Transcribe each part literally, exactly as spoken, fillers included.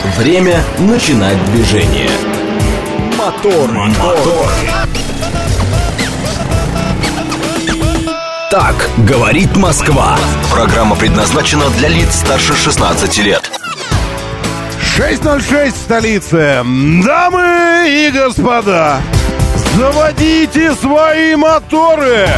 Время начинать движение. Мотор, мотор. Так говорит Москва. Программа предназначена для лиц старше шестнадцати лет. шесть ноль шесть в столице. Дамы и господа, заводите свои моторы.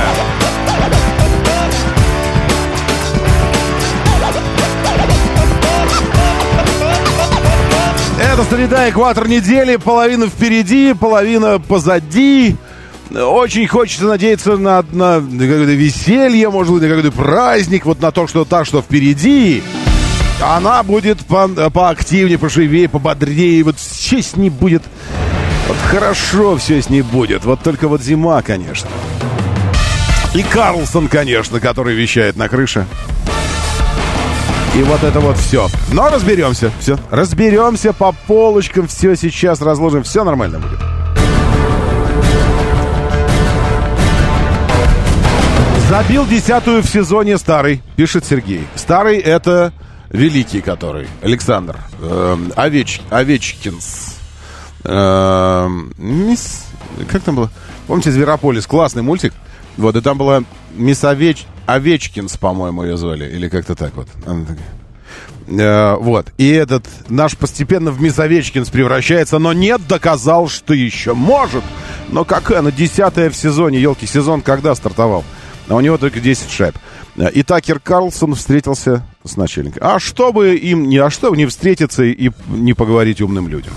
Это среда, экватор недели. Половина впереди, половина позади. Очень хочется надеяться на, на, на какое-то веселье, может быть, на какой-то праздник. Вот на то, что та, что впереди, она будет по, поактивнее, поживее, пободрее. Вот все с ней будет. Вот хорошо все с ней будет. Вот только вот зима, конечно. И Карлсон, конечно, который вещает на крыше. И вот это вот все. Но разберемся. Все. Разберемся по полочкам. Все сейчас разложим. Все нормально будет. Забил десятую в сезоне Старый, пишет Сергей. Старый — это великий который. Александр. Э, Овеч, Овечкинс. Э, мисс... Как там было? Помните, Зверополис? Классный мультик. Вот, и там была мисс Овеч... Овечкинс, по-моему, ее звали. Или как-то так вот. Э, вот. И этот наш постепенно в мисс Овечкинс превращается, но нет, доказал, что еще может. Но какая она десятая в сезоне? Елки, сезон когда стартовал? А у него только десять шайб. И Такер Карлсон встретился с начальником. А чтобы им не, а чтобы не встретиться и не поговорить умным людям.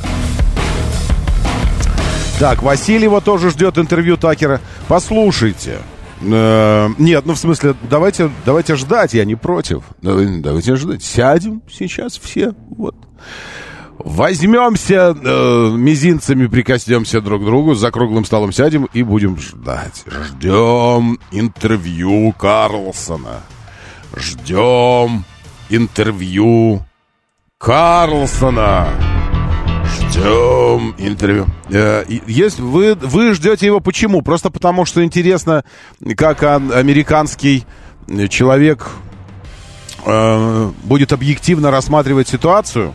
Так, Васильева тоже ждет интервью Такера. Послушайте. Э, нет, ну в смысле, давайте, давайте ждать, я не против. Давайте ждать. Сядем сейчас все. Вот. Возьмемся, э, мизинцами прикоснемся друг к другу, за круглым столом сядем и будем ждать. Ждем интервью Карлсона. Ждем интервью Карлсона. Ждем интервью. Э, если вы, вы ждете его почему? Просто потому, что интересно, как американский человек э, будет объективно рассматривать ситуацию?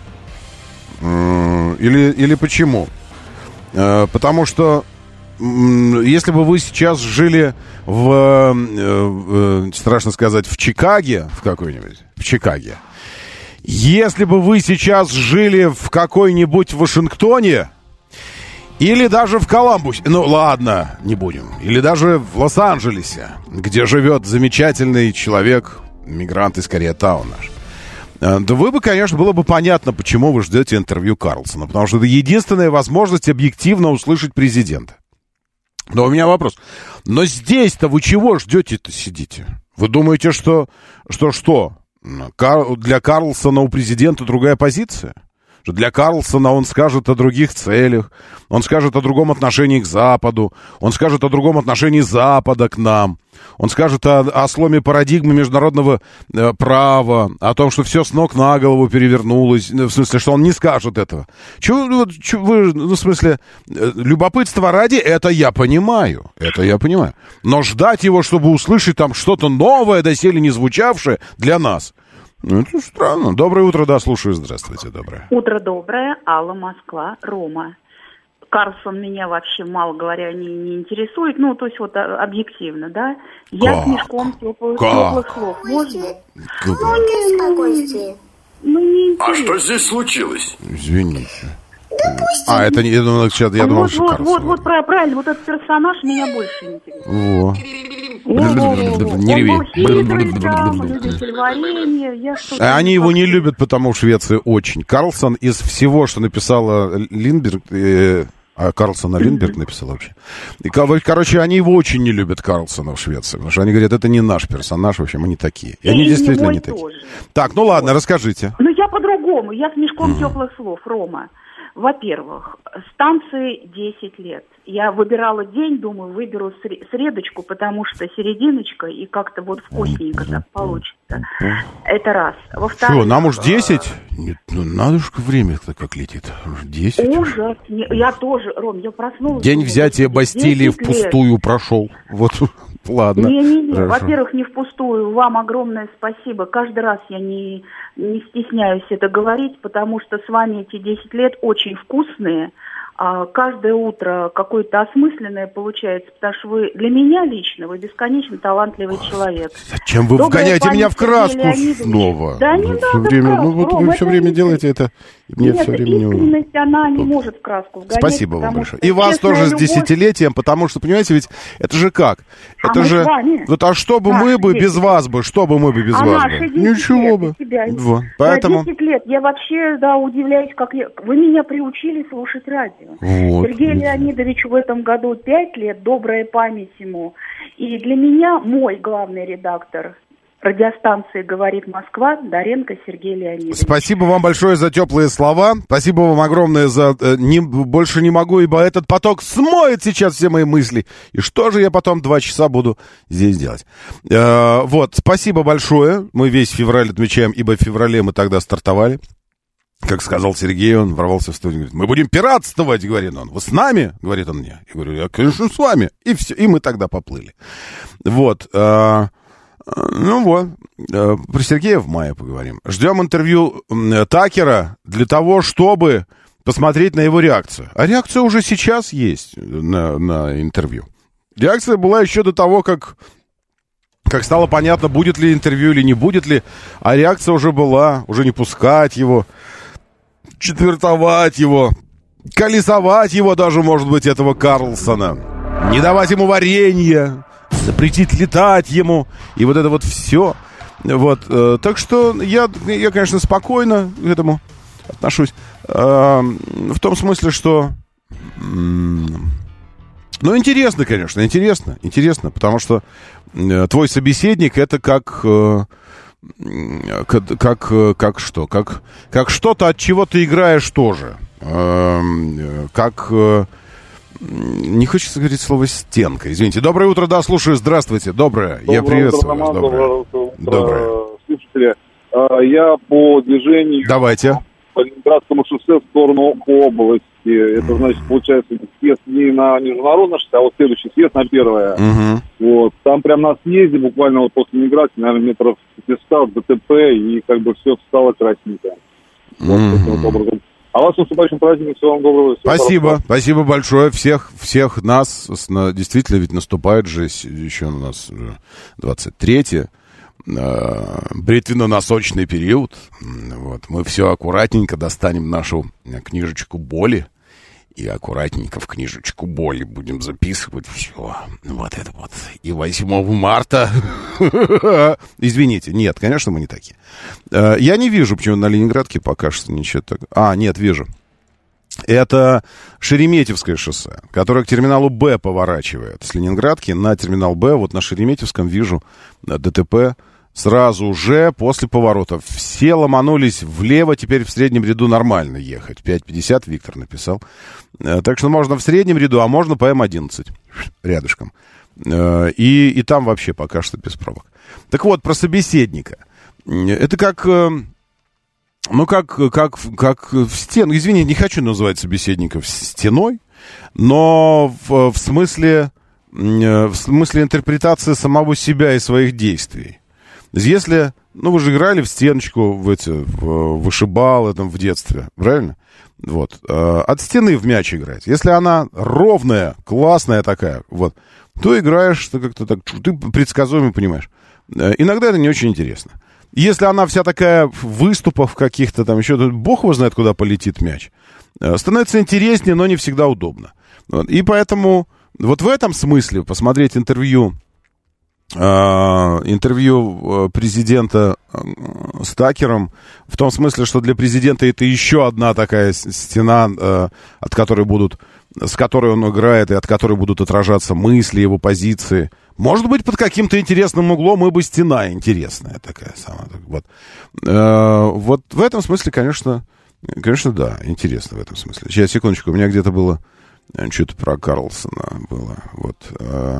Или, или почему? Потому что если бы вы сейчас жили в, страшно сказать, в Чикаге, в какой-нибудь, в Чикаге, если бы вы сейчас жили в какой-нибудь Вашингтоне, или даже в Коламбусе, ну ладно, не будем, или даже в Лос-Анджелесе, где живет замечательный человек, мигрант из Кореятауна наш, да вы бы, конечно, было бы понятно, почему вы ждете интервью Карлсона. Потому что это единственная возможность объективно услышать президента. Но у меня вопрос. Но здесь-то вы чего ждете-то сидите? Вы думаете, что что? что? Для Карлсона у президента другая позиция? Что для Карлсона он скажет о других целях, он скажет о другом отношении к Западу, он скажет о другом отношении Запада к нам, он скажет о, о сломе парадигмы международного э, права, о том, что все с ног на голову перевернулось, в смысле, что он не скажет этого. Чего, чего вы, ну, в смысле, э, любопытство ради, это я понимаю, это я понимаю. Но ждать его, чтобы услышать там что-то новое, доселе не звучавшее для нас, ну, это странно. Доброе утро, да, слушаю. Здравствуйте, доброе. Утро доброе. Алла, Москва, Рома. Карлсон меня вообще, мало говоря, не, не интересует. Ну, то есть вот объективно, да. Я как? с мешком теплых, теплых слов. Можно? Как? Ну, не спокойствие. Ну, не интересно. А что здесь случилось? Извините. А, это не... Я думал, я думал, вот, что вот, Карлсон. вот, вот, правильно, вот этот персонаж меня больше интересует. Во. Не реви. Они его не любят, потому в Швеции очень. Карлсон из всего, что написала Линдберг, э, а Карлсона Линдберг написал вообще. И, короче, они его очень не любят, Карлсона, в Швеции. Потому что они говорят, это не наш персонаж, в общем, они такие. И они и действительно не такие. Тоже. Так, ну ладно, вот. Расскажите. Ну я по-другому, я с мешком mm. теплых слов, Рома. Во-первых, станции десять лет. Я выбирала день, думаю, выберу средочку, потому что серединочка и как-то вот вкусненько так получится. Это раз. Во-вторых... Что, нам уж десять? Нет, ну надо же время-то как летит. десять. Ужас. Я тоже, Ром, я проснулась. День взятия Бастилии впустую прошел. Вот. Ладно. Не-не-не, во-первых, не впустую. Вам огромное спасибо. Каждый раз я не, не стесняюсь это говорить, потому что с вами эти десять лет очень вкусные. А каждое утро какое-то осмысленное получается, потому что вы, для меня лично, вы бесконечно талантливый человек. Зачем вы Добрая вгоняете меня в краску Леонидович. снова? Да не вы надо все время, в краску, ну вот Ром, вы все время искренность. делаете это, и мне Нет, все время не искренность, она не может в краску вгонять. Спасибо вам большое. И вас честная тоже любовь... с десятилетием, потому что, понимаете, ведь это же как? А Это мы же... с вами. Вот, а что бы Наши мы бы без дети. вас бы, что бы мы бы без а вас наши бы? десять Ничего лет бы. Тебя... Вот. Поэтому... десять лет. Я вообще, да, удивляюсь, как я... Вы меня приучили слушать радио. Вот. Сергею Леонидовичу в этом году пять лет, добрая память ему. И для меня мой главный редактор радиостанции «Говорит Москва» Доренко Сергей Леонидович. Спасибо вам большое за теплые слова. Спасибо вам огромное за... э, Не, больше не могу, ибо этот поток смоет сейчас все мои мысли. И что же я потом два часа буду здесь делать? Э, вот, спасибо большое. Мы весь февраль отмечаем, ибо в феврале мы тогда стартовали. Как сказал Сергей, он ворвался в студию, говорит, мы будем пиратствовать, говорит он. Вы с нами? Говорит он мне. Я говорю, я, конечно, с вами. И все, и мы тогда поплыли. Вот. Э, ну вот. Э, про Сергея в мае поговорим. Ждем интервью э, Такера для того, чтобы посмотреть на его реакцию. А реакция уже сейчас есть на, на интервью. Реакция была еще до того, как... Как стало понятно, будет ли интервью или не будет ли. А реакция уже была. Уже не пускать его... четвертовать его, колесовать его даже, может быть, этого Карлсона, не давать ему варенья, запретить летать ему, и вот это вот все. Вот, э, так что я, я, конечно, спокойно к этому отношусь. Э, в том смысле, что... Э, ну, интересно, конечно, интересно, интересно, потому что э, твой собеседник — это как... Э, Как, как, как что? Как, как что-то, от чего ты играешь тоже. Как... Не хочется говорить слово «стенка». Извините. Доброе утро, да, слушаю. Здравствуйте. Доброе. Доброе Я приветствую утро, вас. Доброе. Доброе. Доброе. Слушатели, я по движению... Давайте. По Ленинградскому шоссе в сторону области. Это, значит, получается, съезд не на международное шоссе, а вот следующий съезд на первое. Угу. Вот. Там прям на съезде, буквально вот после Ленинграда, наверное, метров пятьдесят, ДТП, и как бы все стало красненько. Вот угу. таким вот образом. А вас с наступающим праздником, всего вам доброго. Всего спасибо, хорошего. Спасибо большое. Всех, всех нас, действительно, ведь наступает же еще у нас двадцать третье. Бритвенно-носочный период. Вот. Мы все аккуратненько достанем нашу книжечку боли и аккуратненько в книжечку боли будем записывать все. Вот это вот. И восьмого марта... Извините, нет, конечно, мы не такие. Я не вижу, почему на Ленинградке пока что ничего так... А, нет, вижу. Это Шереметьевское шоссе, которое к терминалу Б поворачивает. С Ленинградки на терминал Б, вот на Шереметьевском вижу ДТП сразу же после поворота. Все ломанулись влево, теперь в среднем ряду нормально ехать. пять пятьдесят Виктор написал. Так что можно в среднем ряду, а можно по эм одиннадцать рядышком. И, и там вообще пока что без пробок. Так вот, про собеседника. Это как... Ну, как, как, как в стену. Извини, не хочу называть собеседников стеной, но в, в смысле, в смысле интерпретации самого себя и своих действий. Если, ну, вы же играли в стеночку, в эти, в вышибалы там в детстве, правильно? Вот. От стены в мяч играть. Если она ровная, классная такая, вот, то играешь, ты как-то так, ты предсказуемо понимаешь. Иногда это не очень интересно. Если она вся такая в выступах каких-то там еще, бог его знает, куда полетит мяч. Становится интереснее, но не всегда удобно. Вот. И поэтому вот в этом смысле посмотреть интервью, э, интервью президента с Такером, в том смысле, что для президента это еще одна такая стена, э, от которой будут, с которой он играет, и от которой будут отражаться мысли, его позиции. Может быть, под каким-то интересным углом и бы стена интересная такая самая. Вот. Э, вот в этом смысле, конечно, конечно, да, интересно в этом смысле. Сейчас, секундочку, у меня где-то было что-то про Карлсона было. Вот. Э,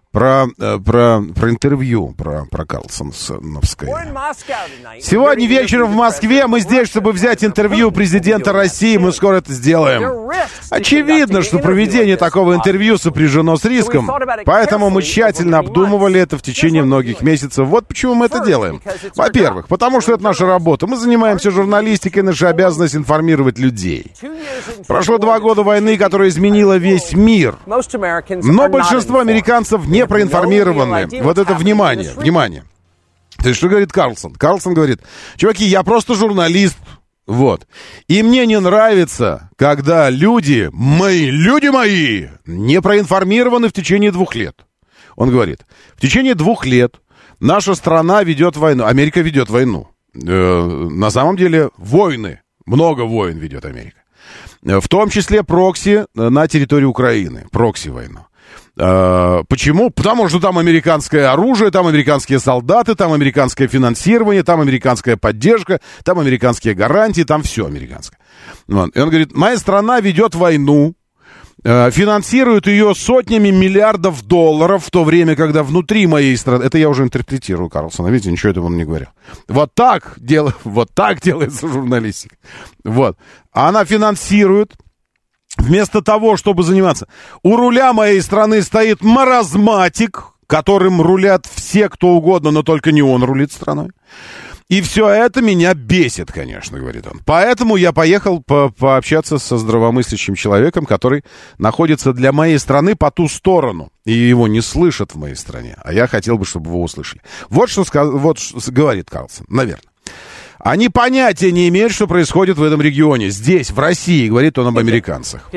Про, про, про интервью, про, про Карлсоновское. Сегодня вечером в Москве мы здесь, чтобы взять интервью президента России. Мы скоро это сделаем. Очевидно, что проведение такого интервью сопряжено с риском. Поэтому мы тщательно обдумывали это в течение многих месяцев. Вот почему мы это делаем. Во-первых, потому что это наша работа. Мы занимаемся журналистикой, наша обязанность информировать людей. Прошло два года войны, которая изменила весь мир. Но большинство американцев не проинформированы. Вот это внимание, внимание. То есть, что говорит Карлсон? Карлсон говорит: чуваки, я просто журналист. Вот. И мне не нравится, когда люди, мои, люди мои, не проинформированы в течение двух лет. Он говорит: в течение двух лет наша страна ведет войну. Америка ведет войну. Э, на самом деле, войны. Много войн ведет Америка. В том числе прокси на территории Украины. Прокси-войну. Почему? Потому что там американское оружие, там американские солдаты, там американское финансирование, там американская поддержка, там американские гарантии, там все американское. Вот. И он говорит: моя страна ведет войну, финансирует ее сотнями миллиардов долларов, в то время, когда внутри моей страны... Это я уже интерпретирую Карлсона, видите, ничего этого он не говорил. Вот так, дел... вот так делается журналистика. Вот. Она финансирует... Вместо того, чтобы заниматься. У руля моей страны стоит маразматик, которым рулят все, кто угодно, но только не он рулит страной. И все это меня бесит, конечно, говорит он. Поэтому я поехал по пообщаться со здравомыслящим человеком, который находится для моей страны по ту сторону. И его не слышат в моей стране. А я хотел бы, чтобы его услышали. Вот что, сказ... вот что говорит Карлсон, наверное. Они понятия не имеют, что происходит в этом регионе. Здесь, в России, говорит он об американцах.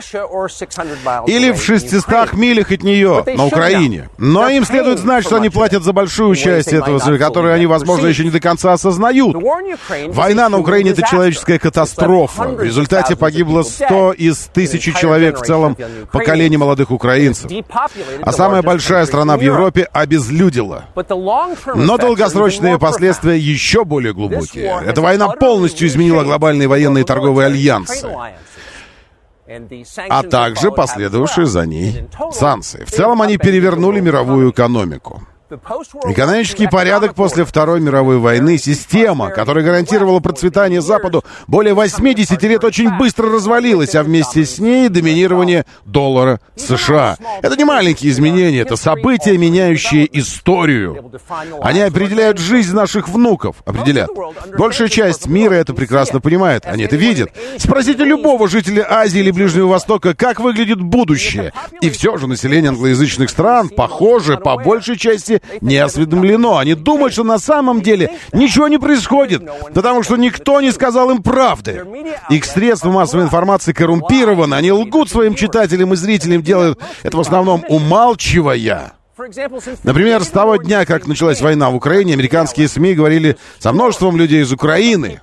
Или в шестистах милях от нее, на Украине. Но им следует знать, что они платят за большую часть этого, которую они, возможно, еще не до конца осознают. Война на Украине — это человеческая катастрофа. В результате погибло сто из тысячи человек, в целом поколение молодых украинцев. А самая большая страна в Европе обезлюдила. Но долгосрочные последствия еще более глубокие. Эта война полностью изменила глобальные военные и торговые альянсы, а также последовавшие за ней санкции. В целом они перевернули мировую экономику. Экономический порядок после Второй мировой войны, система, которая гарантировала процветание Западу более восьмидесяти лет, очень быстро развалилась, а вместе с ней доминирование доллара США. Это не маленькие изменения, это события, меняющие историю. Они определяют жизнь наших внуков, определят. Большая часть мира это прекрасно понимает, они это видят. Спросите любого жителя Азии или Ближнего Востока, как выглядит будущее. И все же население англоязычных стран, похоже, по большей части не осведомлено. Они думают, что на самом деле ничего не происходит, потому что никто не сказал им правды. Их средства массовой информации коррумпированы, они лгут своим читателям и зрителям, делают это в основном умалчивая. Например, с того дня, как началась война в Украине, американские СМИ говорили со множеством людей из Украины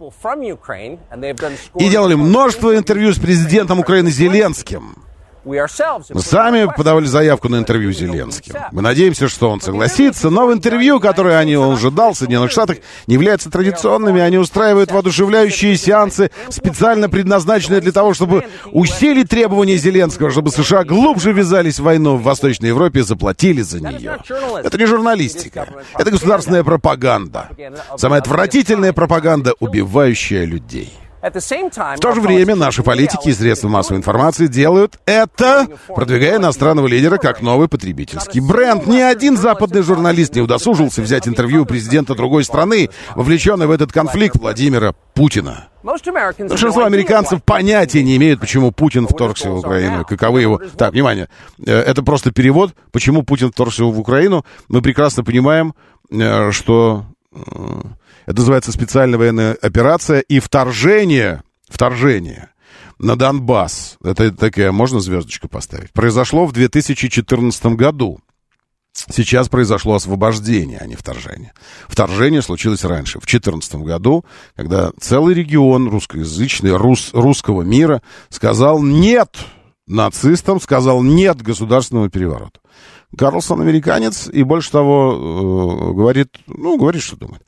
и делали множество интервью с президентом Украины Зеленским. Мы сами подавали заявку на интервью с Зеленским. Мы надеемся, что он согласится, но в интервью, которое они, он уже дал в Соединенных Штатах, не являются традиционными. Они устраивают воодушевляющие сеансы, специально предназначенные для того, чтобы усилить требования Зеленского, чтобы США глубже ввязались в войну в Восточной Европе и заплатили за нее. Это не журналистика. Это государственная пропаганда. Самая отвратительная пропаганда, убивающая людей. В то же время наши политики и средства массовой информации делают это, продвигая иностранного лидера как новый потребительский бренд. Ни один западный журналист не удосужился взять интервью у президента другой страны, вовлеченной в этот конфликт, Владимира Путина. Большинство американцев понятия не имеют, почему Путин вторгся в Украину, каковы его... Так, внимание, это просто перевод, почему Путин вторгся в Украину. Мы прекрасно понимаем, что... Это называется специальная военная операция и вторжение, вторжение на Донбасс. Это такая, можно звездочку поставить? Произошло в две тысячи четырнадцатом году. Сейчас произошло освобождение, а не вторжение. Вторжение случилось раньше, в две тысячи четырнадцатом году, когда целый регион русскоязычный, рус, русского мира сказал «нет» нацистам, сказал «нет» государственному перевороту. Карлсон американец и, больше того, э, говорит, ну, говорит, что думает.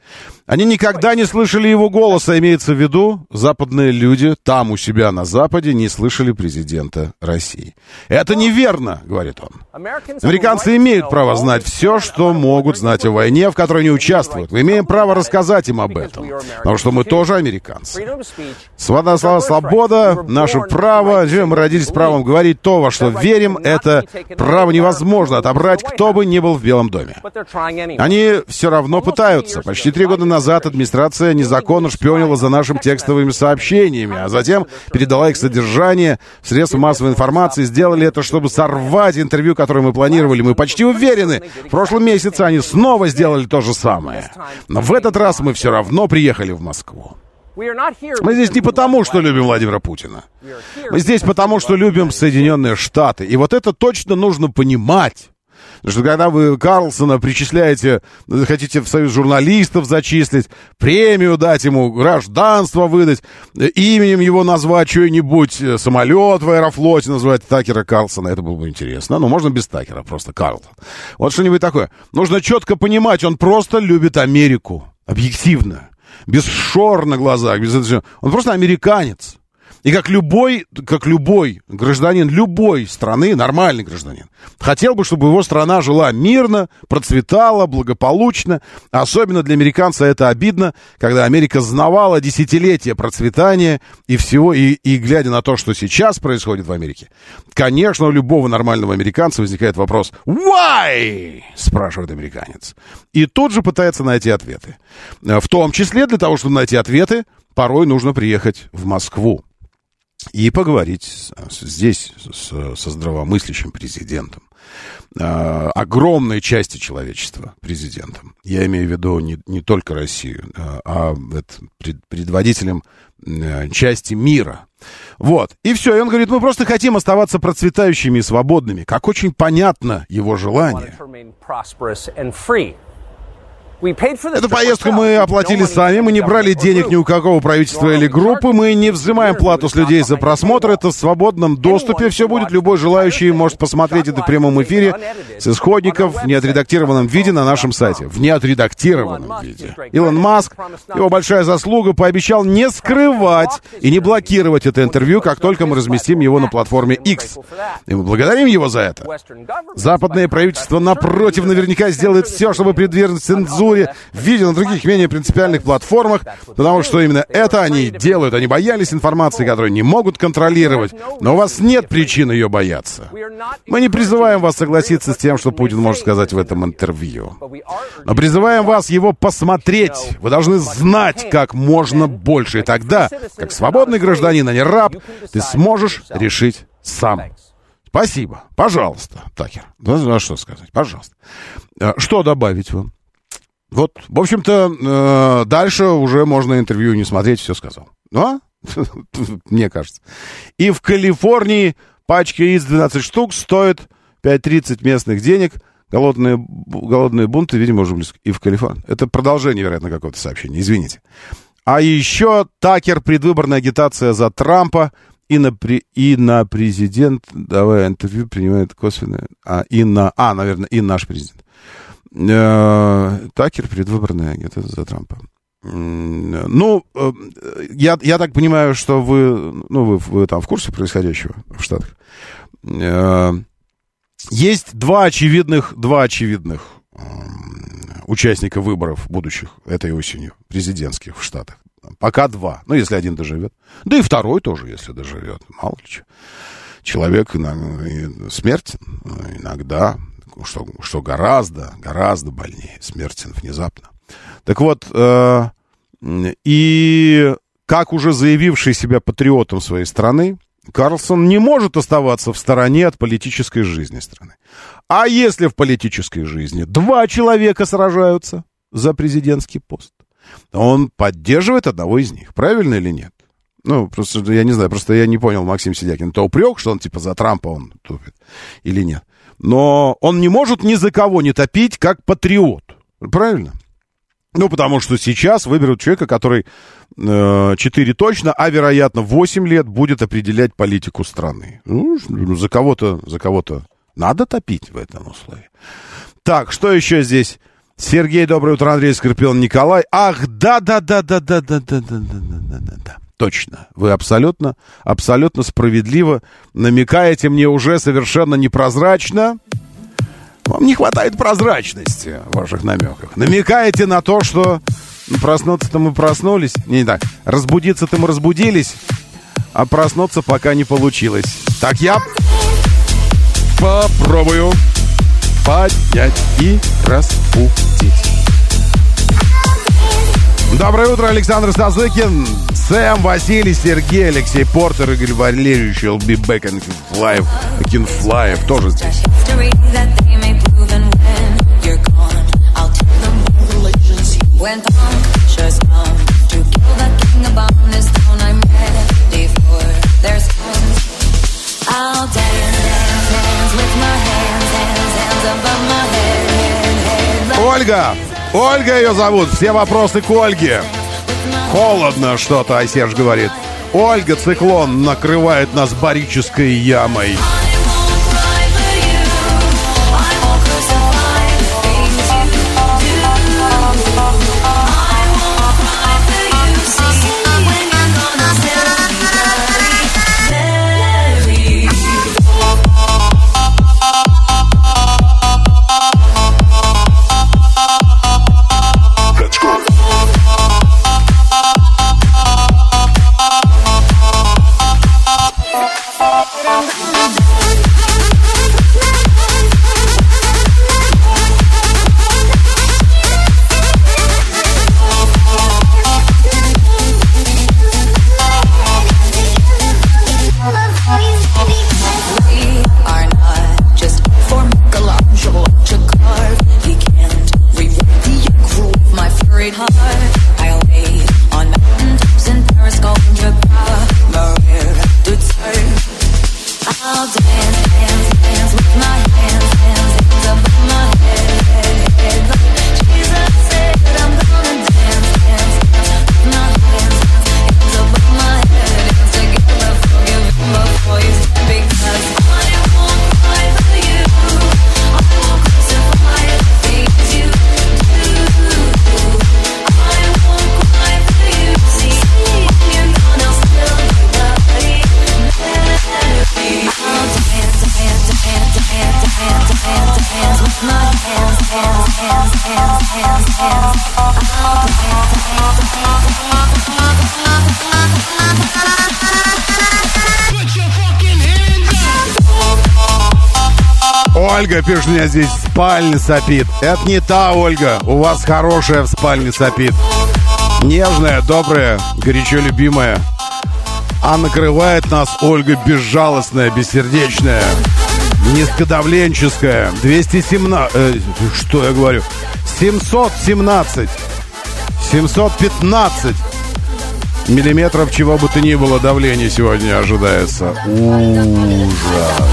Они никогда не слышали его голоса, имеется в виду, западные люди там у себя на Западе не слышали президента России. Это неверно, говорит он. Американцы имеют право знать все, что могут знать о войне, в которой они участвуют. Мы имеем право рассказать им об этом, потому что мы тоже американцы. Свобода, слова, свобода, наше право. Мы родились с правом говорить то, во что верим. Это право невозможно отобрать, кто бы ни был в Белом доме. Они все равно пытаются. Почти три года назад администрация незаконно шпионила за нашими текстовыми сообщениями, а затем передала их содержание в средства массовой информации. Сделали это, чтобы сорвать интервью, которое мы планировали. Мы почти уверены, в прошлом месяце они снова сделали то же самое. Но в этот раз мы все равно приехали в Москву. Мы здесь не потому, что любим Владимира Путина. Мы здесь потому, что любим Соединенные Штаты. И вот это точно нужно понимать. Потому что когда вы Карлсона причисляете, хотите в союз журналистов зачислить, премию дать ему, гражданство выдать, именем его назвать что-нибудь, самолет в Аэрофлоте назвать Такера Карлсона, это было бы интересно. Ну, можно без Такера, просто Карлсон. Вот что-нибудь такое. Нужно четко понимать, он просто любит Америку. Объективно. Без шор на глазах. Без... Он просто американец. И как любой, как любой гражданин любой страны, нормальный гражданин, хотел бы, чтобы его страна жила мирно, процветала, благополучно. Особенно для американца это обидно, когда Америка знавала десятилетия процветания и всего, и, и глядя на то, что сейчас происходит в Америке, конечно, у любого нормального американца возникает вопрос «Why?» спрашивает американец. И тут же пытается найти ответы. В том числе для того, чтобы найти ответы, порой нужно приехать в Москву и поговорить здесь с, со здравомыслящим президентом, э, огромной части человечества президентом. Я имею в виду не, не только Россию, э, а это, пред, предводителем э, части мира. Вот. И все. И он говорит, мы просто хотим оставаться процветающими и свободными. Как очень понятно его желание. Эту поездку мы оплатили сами, мы не брали денег ни у какого правительства или группы, мы не взимаем плату с людей за просмотр, это в свободном доступе, все будет, любой желающий может посмотреть это в прямом эфире с исходников в неотредактированном виде на нашем сайте. В неотредактированном виде. Илон Маск, его большая заслуга, пообещал не скрывать и не блокировать это интервью, как только мы разместим его на платформе X. И мы благодарим его за это. Западное правительство, напротив, наверняка сделает все, чтобы подвергнуть цензуре в виде на других менее принципиальных платформах, потому что именно это они делают. Они боялись информации, которую не могут контролировать, но у вас нет причин ее бояться. Мы не призываем вас согласиться с тем, что Путин может сказать в этом интервью, но призываем вас его посмотреть. Вы должны знать как можно больше, и тогда, как свободный гражданин, а не раб, ты сможешь решить сам. Спасибо. Пожалуйста, Такер. Ну, а что сказать? Пожалуйста. Что добавить вам? Вот, в общем-то, э, дальше уже можно интервью не смотреть, все сказал. Ну, а? Мне кажется. И в Калифорнии пачка яиц двенадцать штук стоит пять тридцать местных денег. Голодные, голодные бунты, видимо, уже близко. И в Калифорнии. Это продолжение, вероятно, какого-то сообщения. Извините. А еще Такер, предвыборная агитация за Трампа. И на, при, и на президент, давай интервью принимает косвенное. А, и на, а, наверное, и наш президент. Такер, предвыборная агитация за Трампа. Ну, я, я так понимаю, что вы, ну, вы, вы там в курсе происходящего в Штатах. Есть два очевидных, два очевидных участника выборов будущих этой осенью, президентских в Штатах. Пока два. Ну, если один доживет. Да и второй тоже, если доживет. Мало ли что. Человек иногда смертен, иногда... Что, что гораздо, гораздо больнее, смертен внезапно. Так вот, э, и как уже заявивший себя патриотом своей страны, Карлсон не может оставаться в стороне от политической жизни страны. А если в политической жизни два человека сражаются за президентский пост, то он поддерживает одного из них, правильно или нет? Ну, просто я не знаю, просто я не понял, Максим Сидякин, это упрек, что он типа за Трампа он тупит или нет? Но он не может ни за кого не топить, как патриот. Правильно? Ну, потому что сейчас выберут человека, который э, четыре точно, а, вероятно, восемь лет будет определять политику страны. Ну, за кого-то, за кого-то надо топить в этом условии. Так, что еще здесь Сергей, доброе утро, Андрей, Скорпион, Николай. Ах, да-да-да-да-да-да-да-да-да-да-да. Точно. Вы абсолютно, абсолютно справедливо намекаете мне уже совершенно непрозрачно. Вам не хватает прозрачности в ваших намеках. Намекаете на то, что проснуться-то мы проснулись. Не так. Разбудиться-то мы разбудились, а проснуться пока не получилось. Так я попробую поднять и разбудить. Доброе утро, Александр Стазыкин, Сэм, Василий, Сергей, Алексей Портер, Игорь Валерьевич, эл би Бэк, Кинфлаев, Кинфлаев тоже здесь. Ольга! Ольга ее зовут. Все вопросы к Ольге. Холодно что-то, а Серж говорит. Ольга, циклон накрывает нас барической ямой. Ольга пишет мне здесь, в спальне сопит. Это не та Ольга, у вас хорошая в спальне сопит. Нежная, добрая, горячо любимая. А накрывает нас Ольга безжалостная, бессердечная, низкодавленческая. двести семнадцать, э, что я говорю? семьсот семнадцать, семьсот пятнадцать миллиметров чего бы то ни было давление сегодня ожидается. Ужас.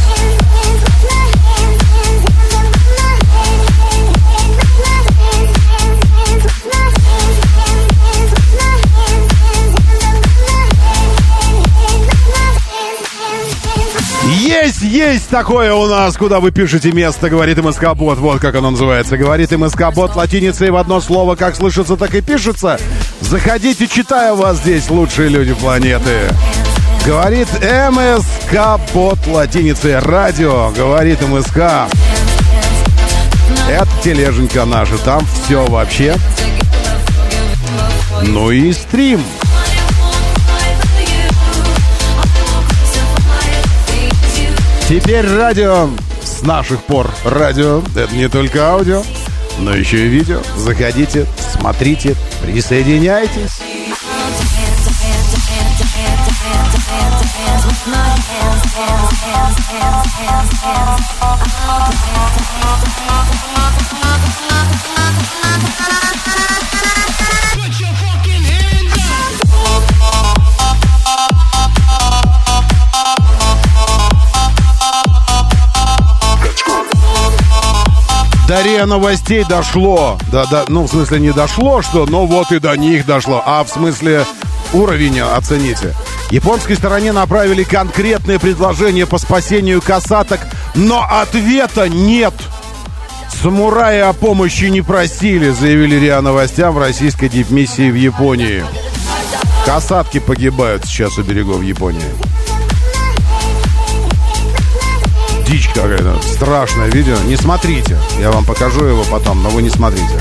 Есть, есть такое у нас, куда вы пишете место, говорит МСК-бот, вот как оно называется. Говорит МСК-бот латиницей в одно слово, как слышится, так и пишется. Заходите, читаю вас здесь, лучшие люди планеты. Говорит МСК-бот латиницей радио, говорит МСК. Это тележенька наша, там все вообще. Ну и стрим. Теперь радио, с наших пор радио, это не только аудио, но еще и видео. Заходите, смотрите, присоединяйтесь. До РИА Новостей дошло. Да, да, ну, в смысле, не дошло, что, но вот и до них дошло. А в смысле, уровень оцените. Японской стороне направили конкретные предложения по спасению касаток, но ответа нет. Самураи о помощи не просили, заявили РИА Новостям в российской дипмиссии в Японии. Касатки погибают сейчас у берегов Японии. Дичь какая-то, страшное видео. Не смотрите, я вам покажу его потом, но вы не смотрите.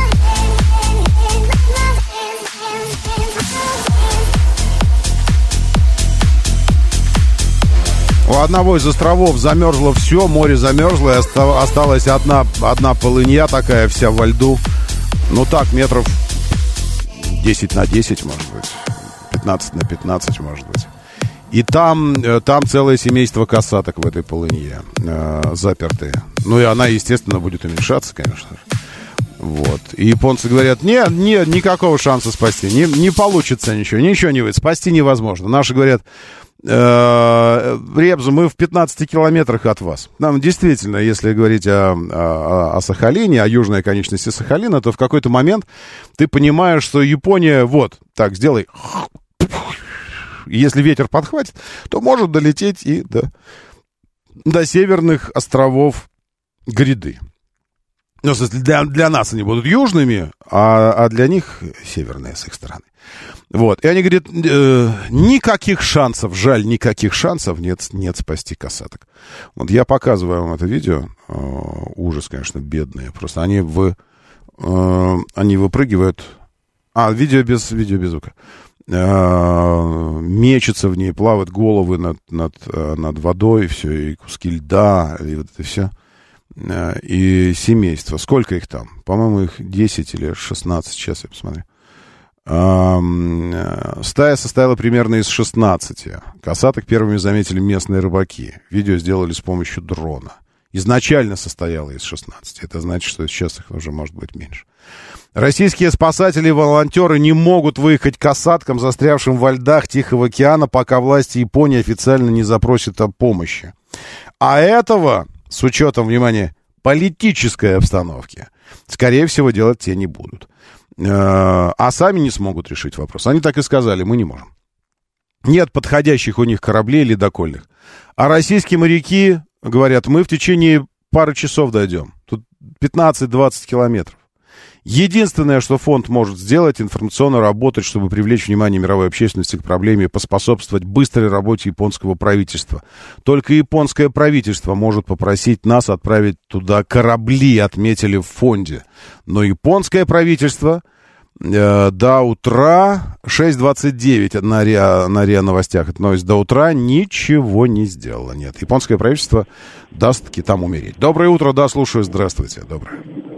У одного из островов замерзло все, море замерзло, и оста- осталась одна, одна полынья такая вся во льду. Ну так, метров десять на десять, может быть. пятнадцать на пятнадцать, может быть. И там, там целое семейство касаток в этой полынье э, запертые. Ну и она, естественно, будет уменьшаться, конечно же. Вот. И японцы говорят, нет, нет, никакого шанса спасти. Не, не получится ничего, ничего не выйдет. Спасти невозможно. Наши говорят, э, Ребзу, мы в пятнадцати километрах от вас. Нам действительно, если говорить о, о, о Сахалине, о южной оконечности Сахалина, то в какой-то момент ты понимаешь, что Япония, вот, так, сделай... Если ветер подхватит, то может долететь и до, до северных островов гряды. Ну, в смысле, для, для нас они будут южными, а, а для них северные с их стороны. Вот. И они говорят, э, никаких шансов, жаль, никаких шансов нет, нет спасти касаток. Вот я показываю вам это видео. Э, ужас, конечно, бедные. Просто они, в, э, они выпрыгивают. А, видео без, видео без звука. Мечется в ней, плавают головы над, над, над водой, все, и куски льда, и вот это все. И семейство. Сколько их там? По-моему, их десять или шестнадцать, сейчас я посмотрю. Стая состояла примерно из шестнадцати. Касаток первыми заметили местные рыбаки. Видео сделали с помощью дрона. Изначально состояла из шестнадцати. Это значит, что сейчас их уже может быть меньше. Российские спасатели и волонтеры не могут выехать к касаткам, застрявшим во льдах Тихого океана, пока власти Японии официально не запросят о помощи. А этого, с учетом, внимания, политической обстановки, скорее всего, делать те не будут. А сами не смогут решить вопрос. Они так и сказали, мы не можем. Нет подходящих у них кораблей ледокольных. А российские моряки говорят, мы в течение пары часов дойдем. Тут пятнадцать-двадцать километров. Единственное, что фонд может сделать, информационно работать, чтобы привлечь внимание мировой общественности к проблеме и поспособствовать быстрой работе японского правительства. Только японское правительство может попросить нас отправить туда корабли, отметили в фонде. Но японское правительство э, до утра, шесть двадцать девять на РИА, на РИА Новостях, это новость, до утра ничего не сделало. Нет, японское правительство даст таки там умереть. Доброе утро, да, слушаю, здравствуйте, доброе.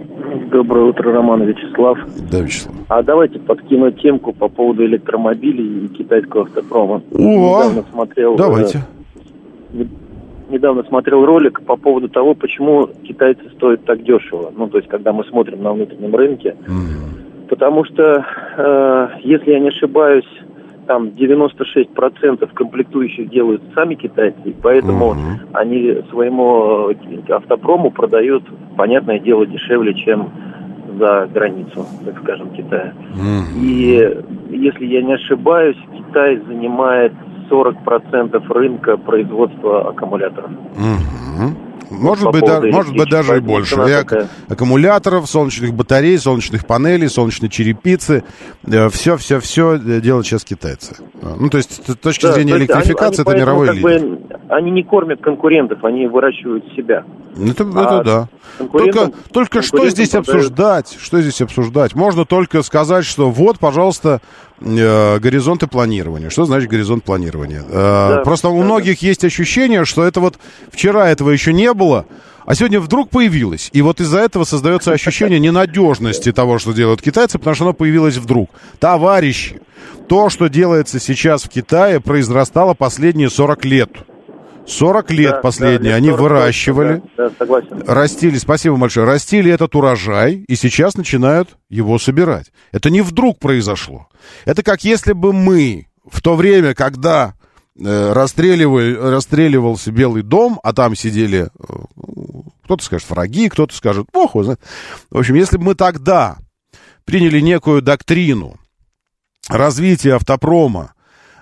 Доброе утро, Роман и Вячеслав. Да, Вячеслав. А давайте подкину темку по поводу электромобилей и китайского автопрома. О, недавно смотрел, давайте. Э, недавно смотрел ролик по поводу того, почему китайцы стоят так дешево. Ну, то есть, когда мы смотрим на внутреннем рынке. Mm-hmm. Потому что, э, если я не ошибаюсь, там девяносто шесть процентов комплектующих делают сами китайцы, и поэтому mm-hmm. они своему автопрому продают, понятное дело, дешевле, чем за границу, так скажем, Китая. Mm-hmm. И, если я не ошибаюсь, Китай занимает сорок процентов рынка производства аккумуляторов. Mm-hmm. Может быть, да, может быть, даже и больше. И ак- аккумуляторов, солнечных батарей, солнечных панелей, солнечной черепицы. Все-все-все делают сейчас китайцы. Ну, то есть, с точки да, зрения электрификации, они, они это мировой лидер. Бы, они не кормят конкурентов, они выращивают себя. Это, а это да. Только, только что здесь продают... обсуждать? Что здесь обсуждать? Можно только сказать, что вот, пожалуйста, э, горизонты планирования. Что значит горизонт планирования? Э, да, просто да, у многих да. есть ощущение, что это вот вчера этого еще не было, а сегодня вдруг появилось. И вот из-за этого создается ощущение ненадежности того, что делают китайцы, потому что оно появилось вдруг. Товарищи, то, что делается сейчас в Китае, произрастало последние сорок лет. сорок лет да, последние да, они выращивали, да, да, согласен. Растили, спасибо большое, растили этот урожай и сейчас начинают его собирать. Это не вдруг произошло. Это как если бы мы в то время, когда э, расстреливал, расстреливался Белый дом, а там сидели, э, кто-то скажет враги, кто-то скажет бог его знает. В общем, если бы мы тогда приняли некую доктрину развития автопрома,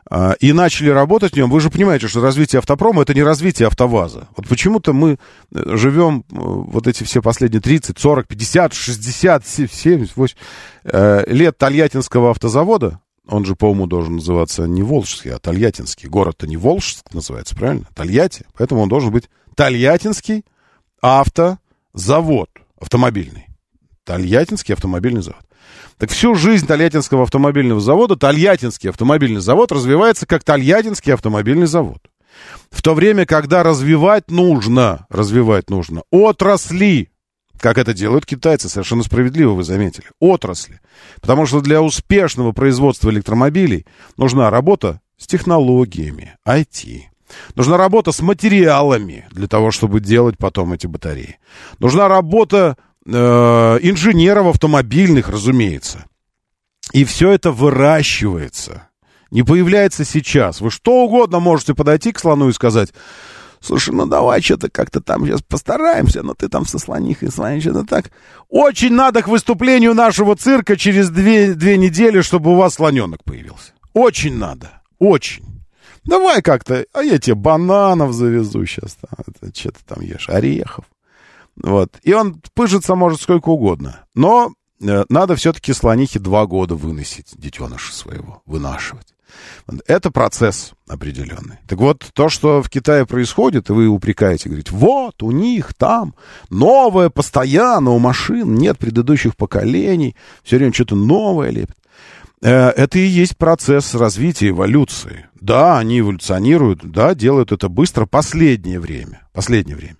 и начали работать в нем, вы же понимаете, что развитие автопрома — это не развитие АвтоВАЗа. Вот почему-то мы живем вот эти все последние тридцать, сорок, пятьдесят, шестьдесят, семьдесят, восемьдесят лет Тольяттинского автозавода. Он же, по-моему, должен называться не Волжский, а Тольяттинский. Город-то не Волжск называется, правильно? Тольятти. Поэтому он должен быть Тольяттинский автозавод автомобильный. Тольяттинский автомобильный завод. Так всю жизнь Тольяттинского автомобильного завода Тольяттинский автомобильный завод развивается как Тольяттинский автомобильный завод. В то время, когда развивать нужно, развивать нужно отрасли, как это делают китайцы, совершенно справедливо вы заметили, отрасли. Потому что для успешного производства электромобилей нужна работа с технологиями, ай ти. Нужна работа с материалами для того, чтобы делать потом эти батареи. Нужна работа инженеров автомобильных, разумеется. И все это выращивается. Не появляется сейчас. Вы что угодно можете подойти к слону и сказать: слушай, ну давай что-то как-то там сейчас постараемся, но ты там со слонихой, слонихой, что-то так. Очень надо к выступлению нашего цирка через две, две недели, чтобы у вас слоненок появился. Очень надо. Очень. Давай как-то, а я тебе бананов завезу сейчас. Что ты там ешь? Орехов. Вот. И он пыжиться может сколько угодно. Но э, надо все-таки слонихе два года выносить, детеныша своего, вынашивать. Это процесс определенный. Так вот, то, что в Китае происходит, и вы упрекаете, говорите, вот, у них там новое постоянно, у машин нет предыдущих поколений, все время что-то новое лепят. Э, это и есть процесс развития, эволюции. Да, они эволюционируют, да, делают это быстро последнее время. Последнее время.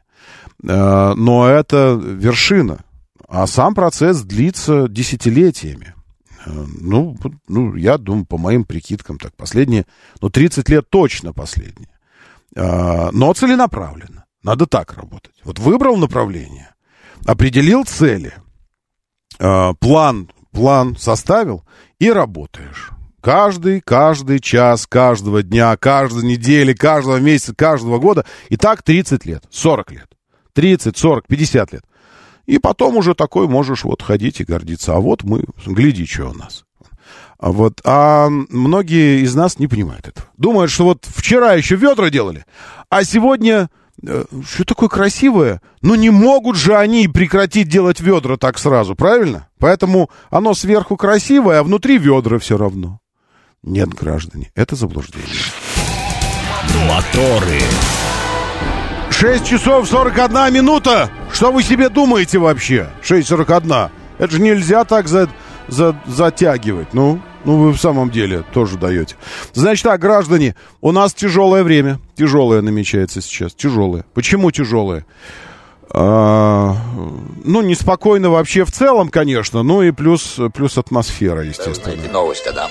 Но это вершина, а сам процесс длится десятилетиями. Ну, ну, я думаю, по моим прикидкам, так, последние, ну, тридцать лет точно последние. Но целенаправленно. Надо так работать. Вот выбрал направление, определил цели, план, план составил и работаешь. Каждый, каждый час, каждого дня, каждой недели, каждого месяца, каждого года. И так тридцать лет, сорок лет. тридцать, сорок, пятьдесят лет. И потом уже такой можешь вот ходить и гордиться. А вот мы, гляди, что у нас. А, вот, а многие из нас не понимают этого. Думают, что вот вчера еще ведра делали, а сегодня э, что такое красивое? Ну не могут же они прекратить делать ведра так сразу, правильно? Поэтому оно сверху красивое, а внутри ведра все равно. Нет, граждане, это заблуждение. Моторы. шесть часов сорок одна минута. Что вы себе думаете вообще? шесть сорок один. Это же нельзя так за, за, затягивать. Ну, ну, вы в самом деле тоже даете. Значит так, граждане, у нас тяжелое время. Тяжелое намечается сейчас. Тяжелое. Почему тяжелое? А, ну, неспокойно вообще в целом, конечно. Ну и плюс, плюс атмосфера, естественно. Знаете, новость, Адам.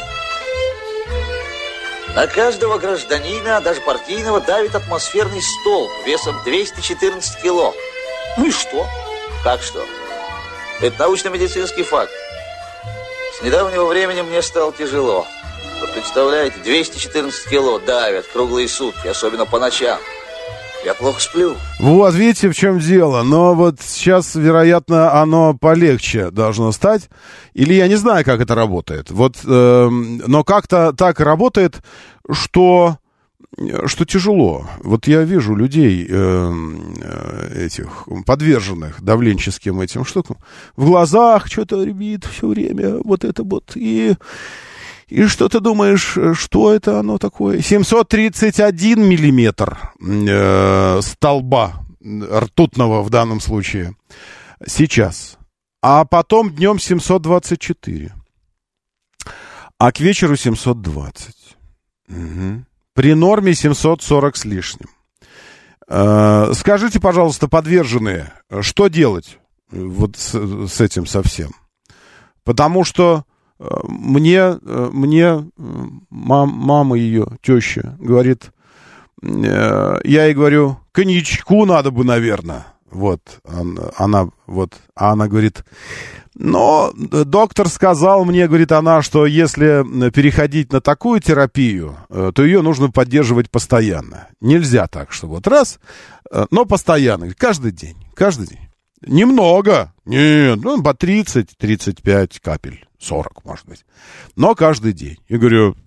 На каждого гражданина, даже партийного, давит атмосферный столб весом двести четырнадцать кило. Ну и что? Как что? Это научно-медицинский факт. С недавнего времени мне стало тяжело. Вы представляете, двести четырнадцать кило давят круглые сутки, особенно по ночам. Я плохо сплю. Вот, видите, в чем дело. Но вот сейчас, вероятно, оно полегче должно стать. Или я не знаю, как это работает. Вот, э, но как-то так работает, что, что тяжело. Вот я вижу людей, э, этих, подверженных давленческим этим штукам. В глазах что-то рябит все время. Вот это вот. И... И что ты думаешь, что это оно такое? семьсот тридцать один миллиметр э, столба ртутного в данном случае сейчас. А потом днем семьсот двадцать четыре. А к вечеру семьсот двадцать. Угу. При норме семьсот сорок с лишним. Э, скажите, пожалуйста, подверженные, что делать вот с, с этим совсем? Потому что Мне, мне мам, мама ее, теща, говорит, я ей говорю, коньячку надо бы, наверное. Вот, она, она, вот, а она говорит, но доктор сказал мне, говорит она, что если переходить на такую терапию, то ее нужно поддерживать постоянно. Нельзя так, что вот раз, но постоянно, каждый день, каждый день. Немного, нет, ну, по тридцать-тридцать пять капель. сорок, может быть. Но каждый день. Я говорю,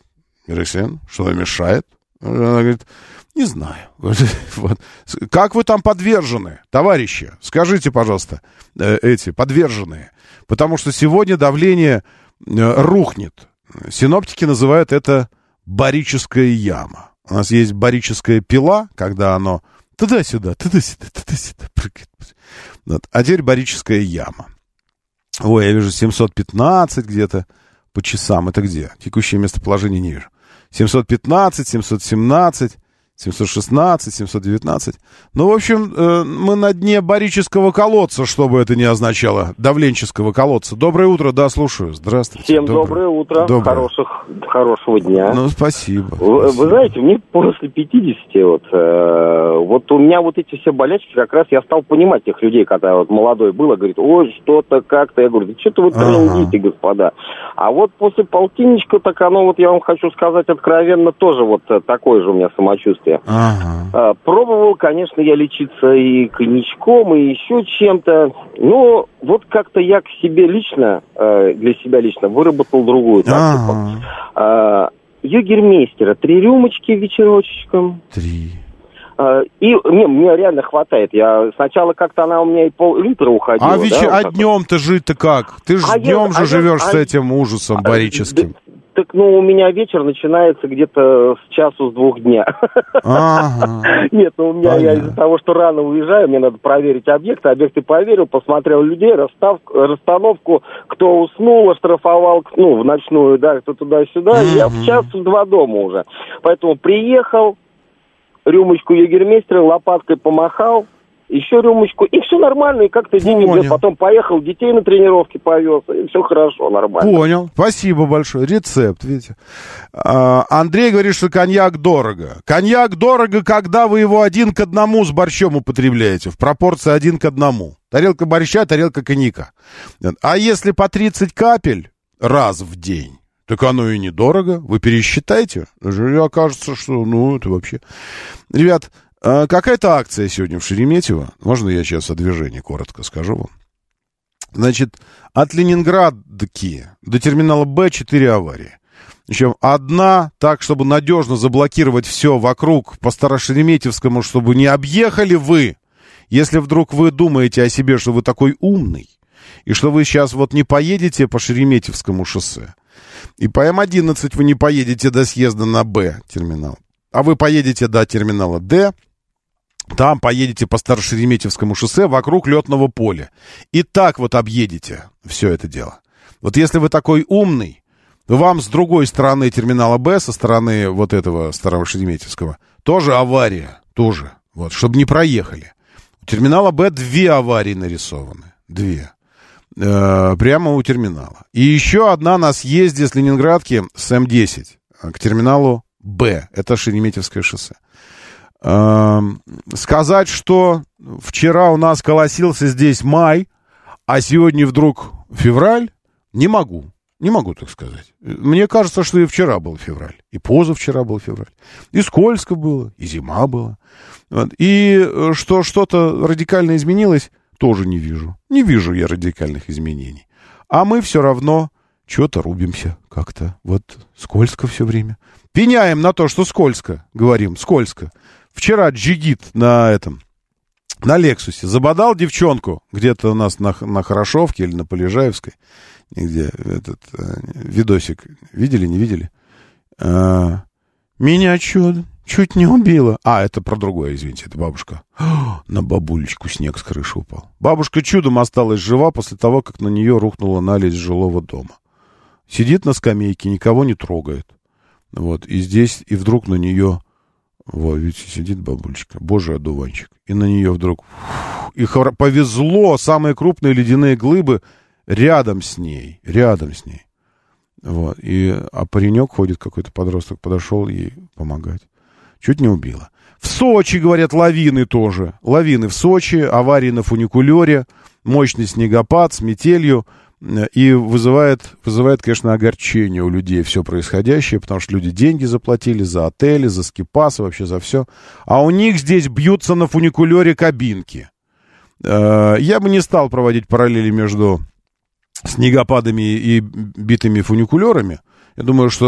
Ирексен, что мешает? Она говорит, не знаю. Вот. Как вы там подвержены, товарищи? Скажите, пожалуйста, эти подверженные. Потому что сегодня давление рухнет. Синоптики называют это барическая яма. У нас есть барическая пила, когда оно туда-сюда, туда-сюда, туда-сюда прыгает. Вот. А теперь барическая яма. Ой, я вижу семьсот пятнадцать где-то по часам. Это где? Текущее местоположение не вижу. семьсот пятнадцать, семьсот семнадцать, семьсот шестнадцать, семьсот девятнадцать. Ну, в общем, э, мы на дне барического колодца, что бы это ни означало. Давленческого колодца. Доброе утро, да, слушаю. Здравствуйте. Всем доброе, доброе утро. Доброе. Хороших, хорошего дня. Ну, спасибо. Вы, спасибо. вы знаете, мне после пятидесяти, вот, э, вот у меня вот эти все болячки, как раз я стал понимать тех людей, когда вот молодой был, и говорит, ой, что-то как-то. Я говорю, да что-то вы трендите, ага. господа. А вот после полтинничка, так оно, вот я вам хочу сказать откровенно, тоже вот такое же у меня самочувствие. Ага. Пробовал, конечно, я лечиться и коньячком, и еще чем-то. Но вот как-то я к себе лично, для себя лично, выработал другую тактику. Ага. Югермейстера. Три рюмочки вечерочком. Три. И не, мне реально хватает. Я сначала как-то она у меня и пол-литра уходила. А, вечер... да, а днем-то жить-то как? Ты же а днем я, же а живешь я, с а... этим ужасом барическим. Да, так, ну, у меня вечер начинается где-то с часу, с двух дня. Ага. Нет, ну, у меня я из-за того, что рано уезжаю, мне надо проверить объекты. Объекты проверил, посмотрел людей, расстав... расстановку, кто уснул, оштрафовал, ну, в ночную, да, кто туда-сюда. Mm-hmm. Я в час, в два дома уже. Поэтому приехал, рюмочку егермейстера, лопаткой помахал, еще рюмочку, и все нормально, и как-то день идет. Потом поехал, детей на тренировке повез, и все хорошо, нормально. Понял, спасибо большое. Рецепт, видите. А, Андрей говорит, что коньяк дорого. Коньяк дорого, когда вы его один к одному с борщом употребляете, в пропорции один к одному. Тарелка борща, тарелка коньяка. А если по тридцать капель раз в день, так оно и недорого. Вы пересчитайте. Окажется, что, ну, это вообще... Ребят, какая-то акция сегодня в Шереметьево. Можно я сейчас о движении коротко скажу вам? Значит, от Ленинградки до терминала Б четыре аварии. Причем одна, так, чтобы надежно заблокировать все вокруг по Старошереметьевскому, чтобы не объехали вы. Если вдруг вы думаете о себе, что вы такой умный, и что вы сейчас вот не поедете по Шереметьевскому шоссе, и по М одиннадцать вы не поедете до съезда на Б терминал, а вы поедете до терминала Д, там поедете по Старошереметьевскому шоссе вокруг летного поля. И так вот объедете все это дело. Вот если вы такой умный, то вам с другой стороны терминала Б, со стороны вот этого Старошереметьевского, тоже авария, тоже, вот, чтобы не проехали. У терминала Б две аварии нарисованы, две. Прямо у терминала. И еще одна на съезде с Ленинградки с М десять к терминалу Б. Это Шереметьевское шоссе. Сказать, что вчера у нас колосился здесь май, а сегодня вдруг февраль, не могу. Не могу так сказать. Мне кажется, что и вчера был февраль, и позавчера был февраль. И скользко было, и зима была. И что что-то радикально изменилось, тоже не вижу. Не вижу я радикальных изменений. А мы все равно что-то рубимся как-то. Вот скользко все время. Пеняем на то, что скользко. Говорим, скользко. Вчера джигит на этом, на Лексусе забодал девчонку где-то у нас на, на Хорошовке или на Полежаевской. Где этот э, видосик. Видели, не видели? А, меня чудо. Чуть не убила. А, это про другое, извините, это бабушка. О, на бабулечку снег с крыши упал. Бабушка чудом осталась жива после того, как на нее рухнула наледь жилого дома. Сидит на скамейке, никого не трогает. Вот, и здесь, и вдруг на нее... Вот, видите, сидит бабулечка. Божий одуванчик. И на нее вдруг... И повезло, самые крупные ледяные глыбы рядом с ней. Рядом с ней. Вот, и... А паренек ходит, какой-то подросток, подошел ей помогать. Чуть не убило. В Сочи, говорят, лавины тоже. Лавины в Сочи, аварии на фуникулере, мощный снегопад с метелью. И вызывает, вызывает, конечно, огорчение у людей все происходящее, потому что люди деньги заплатили за отели, за скипасы, вообще за все. А у них здесь бьются на фуникулере кабинки. Я бы не стал проводить параллели между снегопадами и битыми фуникулерами. Я думаю, что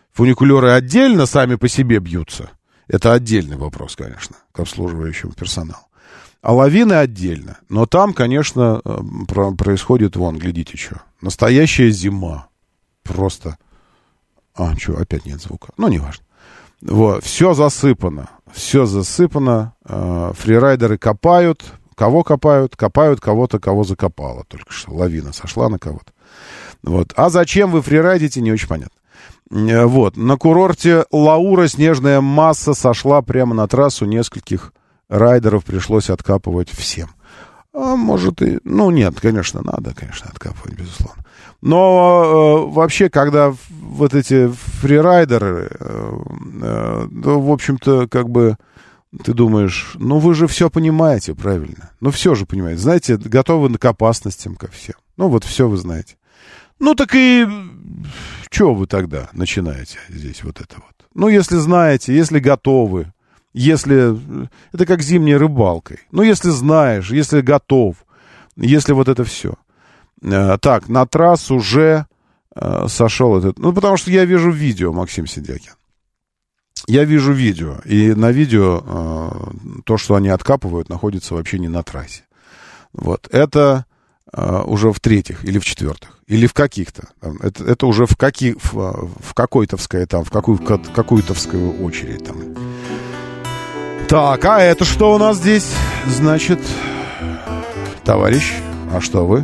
Фуникулеры отдельно сами по себе бьются. Это отдельный вопрос, конечно, к обслуживающему персоналу. А лавины отдельно. Но там, конечно, происходит, вон, глядите, что. Настоящая зима. Просто... А, что, опять нет звука. Ну, неважно. Вот, все засыпано. Все засыпано. Фрирайдеры копают. Кого копают? Копают кого-то, кого закопало. Только что лавина сошла на кого-то. Вот. А зачем вы фрирайдите, не очень понятно. Вот. На курорте Лаура снежная масса сошла прямо на трассу. Нескольких райдеров пришлось откапывать всем. А может и... Ну, нет, конечно, надо, конечно, откапывать, безусловно. Но э, вообще, когда вот эти фрирайдеры, э, э, да, в общем-то, как бы... Ты думаешь, ну вы же все понимаете, правильно? Ну все же понимаете. Знаете, готовы к опасностям ко всем. Ну вот все вы знаете. Ну так и что вы тогда начинаете здесь вот это вот? Ну если знаете, если готовы, если... Это как зимней рыбалкой. Ну если знаешь, если готов, если вот это все. Так, на трассу уже сошел этот... Ну потому что я вижу видео, Максим Сидякин. Я вижу видео, и на видео э, то, что они откапывают, находится вообще не на трассе. Вот. Это э, уже в-третьих или в-четвертых, или в каких-то. Там, это, это уже в, каких, в, в какой-товское, там, в какую, в какую-товскую очередь. Там. Так, а это что у нас здесь? Значит, товарищ, а что вы?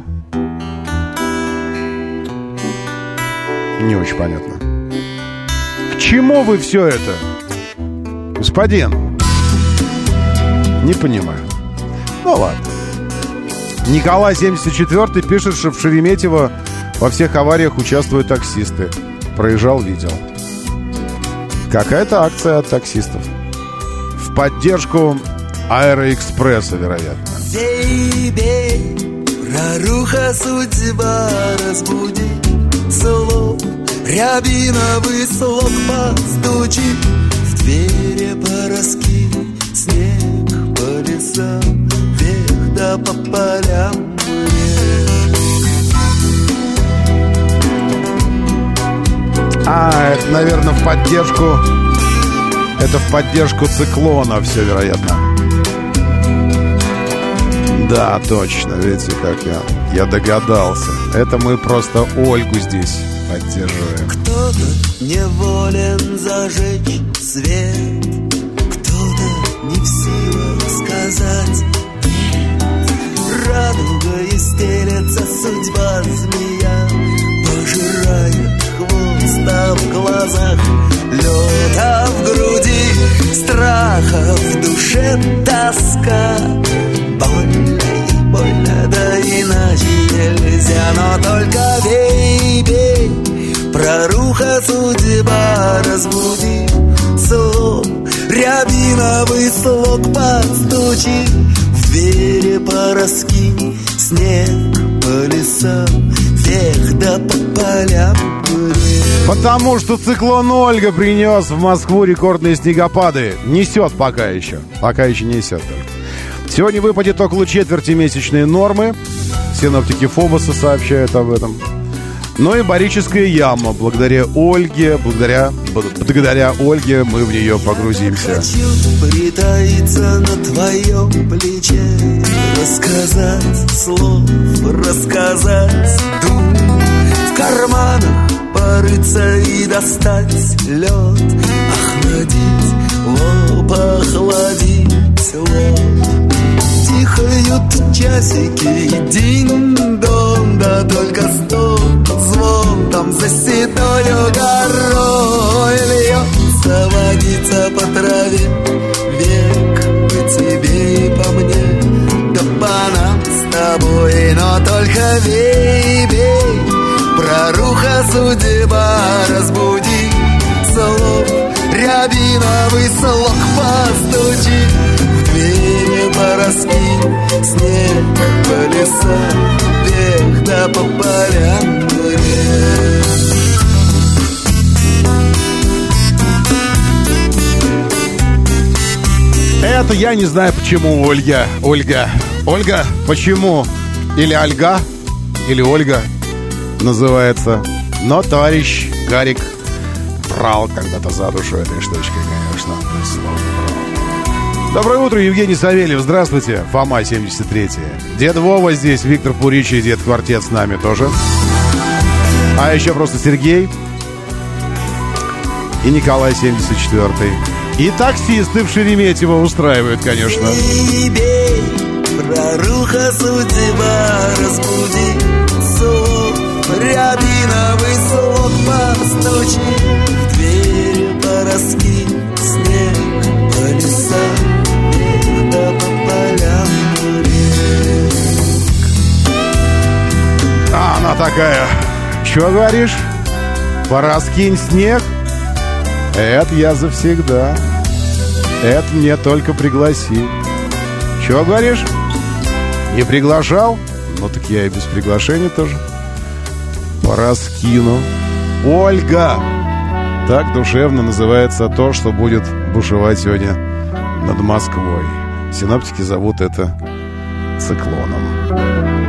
Не очень понятно. К чему вы все это? Господин, не понимаю. Ну ладно. Николай семьдесят четвёртый пишет, что в Шереметьево во всех авариях участвуют таксисты. Проезжал, видел. Какая-то акция от таксистов. В поддержку Аэроэкспресса, вероятно. Бей, бей, проруха судьба разбуди слов. Рябиновый слог постучи, в двери пороски, снег по лесам, вверх да по полям вверх. А, это, наверное, в поддержку... Это в поддержку циклона все, вероятно. Да, точно, видите, как я, я догадался. Это мы просто Ольгу здесь поддерживаем. Кто-то неволен зажечь свет, кто-то не в силах сказать нет. Радугой стелется судьба змея, пожирает хвост, а в глазах лед, а в груди страха, в душе тоска. Больно и больно, да иначе нельзя, но только бей, бей, проруха судьба разбуди слог, рябиновый слог постучи, в двери пороски, снег по лесам, вверх да по полям. Потому что циклон Ольга принес в Москву рекордные снегопады. Несет пока еще. Пока еще несет только. Сегодня выпадет около четверти месячные нормы. Синоптики Фобоса сообщают об этом. Ну и барическая яма. Благодаря Ольге, благодаря, благодаря Ольге мы в нее погрузимся. Хочу притаиться на твоем плече, рассказать слов, рассказать дум, в карманах порыться и достать лед, охладить лоб, охладить лоб. Тихают часики, динь-дон, да только стон, звон там за седою горой льется, водится по траве, век по тебе и по мне, да по нам с тобой, но только бей, бей, проруха судьба разбуди слов, рябиновый слог постучи, в двери пороски, снег по лесам, вверх да по полям вверх. Это я не знаю, почему Ольга. Ольга. Ольга, почему? Или Ольга, или Ольга называется. Но товарищ Гарик брал когда-то за душу этой штучкой, конечно. Безусловно, брал. Доброе утро, Евгений Савельев, здравствуйте. Фома, семьдесят третий. Дед Вова здесь, Виктор Пуричи, Дед Квартет с нами тоже. А еще просто Сергей. И Николай, семьдесят четвертый. И таксисты в Шереметьево устраивают, конечно. Бей, проруха судьба, разбуди слов, рябиновый слог постучи, в дверь пороски, снег по лесам, вверх да по полям рек. А она такая: чего говоришь? Пораскинь снег? Это я завсегда. Это мне только пригласи. Чего говоришь? Не приглашал? Ну так я и без приглашения тоже пораскину. Ольга! Так душевно называется то, что будет бушевать сегодня над Москвой. Синоптики зовут это циклоном.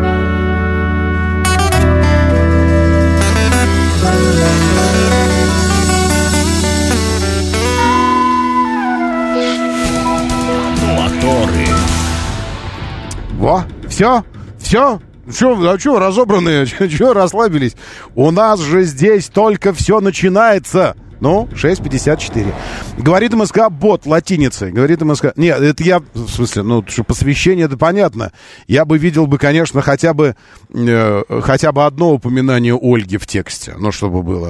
Во, все, все, Че, а что разобранные, че расслабились? У нас же здесь только все начинается. Ну, шесть пятьдесят четыре. Говорит МСК бот латиницей. Говорит МСК... Нет, это я... В смысле, ну, что посвящение, это понятно. Я бы видел бы, конечно, хотя бы... Э, хотя бы одно упоминание Ольги в тексте. Ну, чтобы было...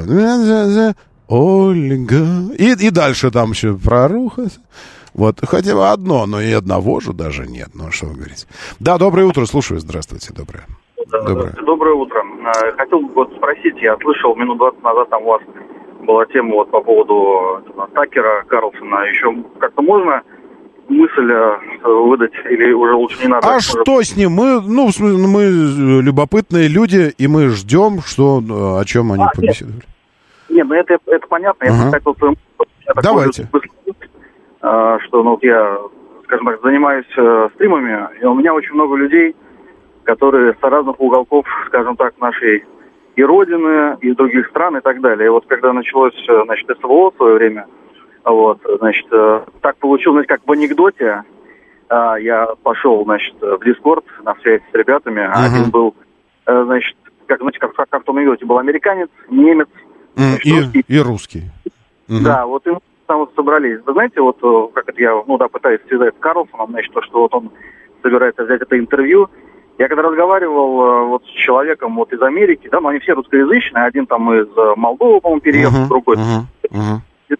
Ольга... И, и дальше там еще проруха... Вот, хотя бы одно, но и одного же даже нет. Ну, что вы говорите? Да, доброе утро, слушаю. Здравствуйте, доброе. Доброе, доброе утро. Хотел бы вот спросить, я слышал минут двадцать назад, там у вас была тема вот по поводу Такера Карлсона. Еще как-то можно мысль выдать или уже лучше не надо? А что с ним? Мы, ну, мы любопытные люди, и мы ждем, что, о чем они а, побеседовали. Нет, нет, ну это, это понятно. Я ага. хотел свою мысль... Давайте. Что, ну, вот я, скажем так, занимаюсь э, стримами, и у меня очень много людей, которые с разных уголков, скажем так, нашей и родины, и других стран, и так далее. И вот когда началось, значит, СВО в свое время, вот, значит, э, так получилось, знаете, как в анекдоте, э, я пошел, значит, в Дискорд на связь с ребятами, uh-huh. один был, э, значит, как, знаете, как, как в том анекдоте, был американец, немец, значит, и, русский. И русский. Uh-huh. Да, вот и там вот собрались. Вы знаете, вот как это я, ну да, пытаюсь связать с Карлсоном, значит, то, что вот он собирается взять это интервью. Я когда разговаривал вот с человеком вот из Америки, да, но они все русскоязычные, один там из Молдовы, по-моему, переехал, uh-huh, другой. Uh-huh, uh-huh.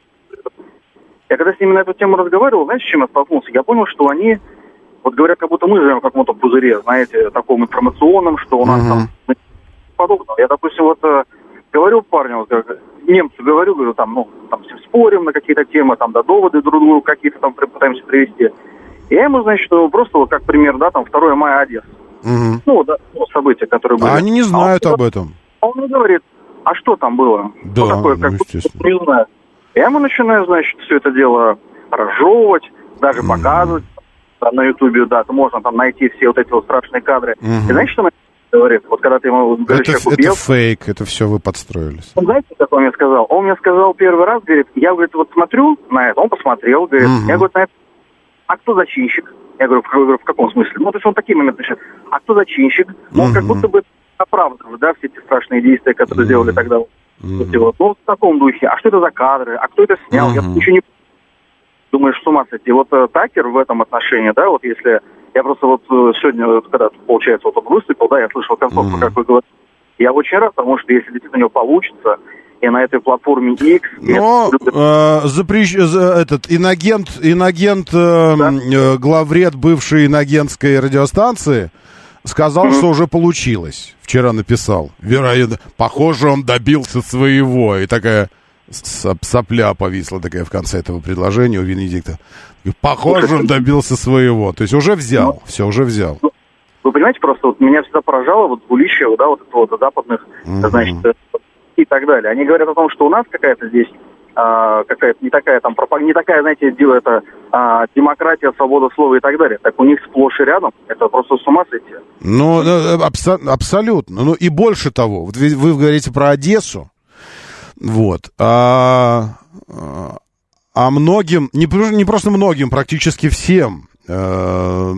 Я когда с ними на эту тему разговаривал, знаете, с чем я столкнулся? Я понял, что они, вот говорят, как будто мы живем в каком-то пузыре, знаете, таком информационном, что у нас uh-huh. там подобного. Я, допустим, вот говорю парню, вот, как немцу говорю, говорю, там, ну, там, спорим на какие-то темы, там, да, доводы друг другу какие-то там пытаемся привести. И я ему, значит, просто вот как пример, да, там, второе мая Одесса. Угу. Ну, да, ну, события, которые были. А они не знают а он, об этом. А он мне говорит, а что там было? Да, что такое, как ну, естественно. Не знаю. Я ему начинаю, значит, все это дело разжевывать, даже угу. показывать. Там, на Ютубе, да, можно там найти все вот эти вот страшные кадры. Угу. И знаете, что он говорит? Вот когда ты ему говоришь, это, это фейк, это все вы подстроились. Он, знаете, как он мне сказал? Он мне сказал первый раз, говорит, я, говорит, вот смотрю на это, он посмотрел, говорит, угу. я, говорит, на это, а кто зачинщик? Я говорю, в, говорю, в каком смысле? Ну, то есть он такие моменты начинает. А кто зачинщик? Ну, угу. как будто бы оправдывает, да, все эти страшные действия, которые угу. сделали тогда. Угу. Вот. Ну, в таком духе. А что это за кадры? А кто это снял? Угу. Я ничего не... Думаешь, с ума сойти. Вот uh, Такер в этом отношении, да, вот если... Я просто вот сегодня, когда, получается, вот он выступил, да, я слышал концовку, mm-hmm. как вы говорите. Я очень рад, потому что если действительно у него получится, и на этой платформе X... Но это... э, запрещ... этот инагент, инагент э, да? э, главред бывшей инагентской радиостанции сказал, mm-hmm. что уже получилось. Вчера написал. Вероятно, похоже, он добился своего. И такая сопля повисла такая в конце этого предложения у Венедикта. Похоже, он добился своего. То есть уже взял, ну, все, уже взял. Вы понимаете, просто вот меня всегда поражало вот двуличие, да, вот этого вот, западных, mm-hmm. значит, и так далее. Они говорят о том, что у нас какая-то здесь, а, какая-то не такая там, не такая, знаете, дело это а, демократия, свобода слова и так далее. Так у них сплошь и рядом. Это просто с ума сойти. Ну, абсо- абсолютно. Ну и больше того. Вот вы, вы говорите про Одессу. Вот. А, а многим, не, не просто многим, практически всем э,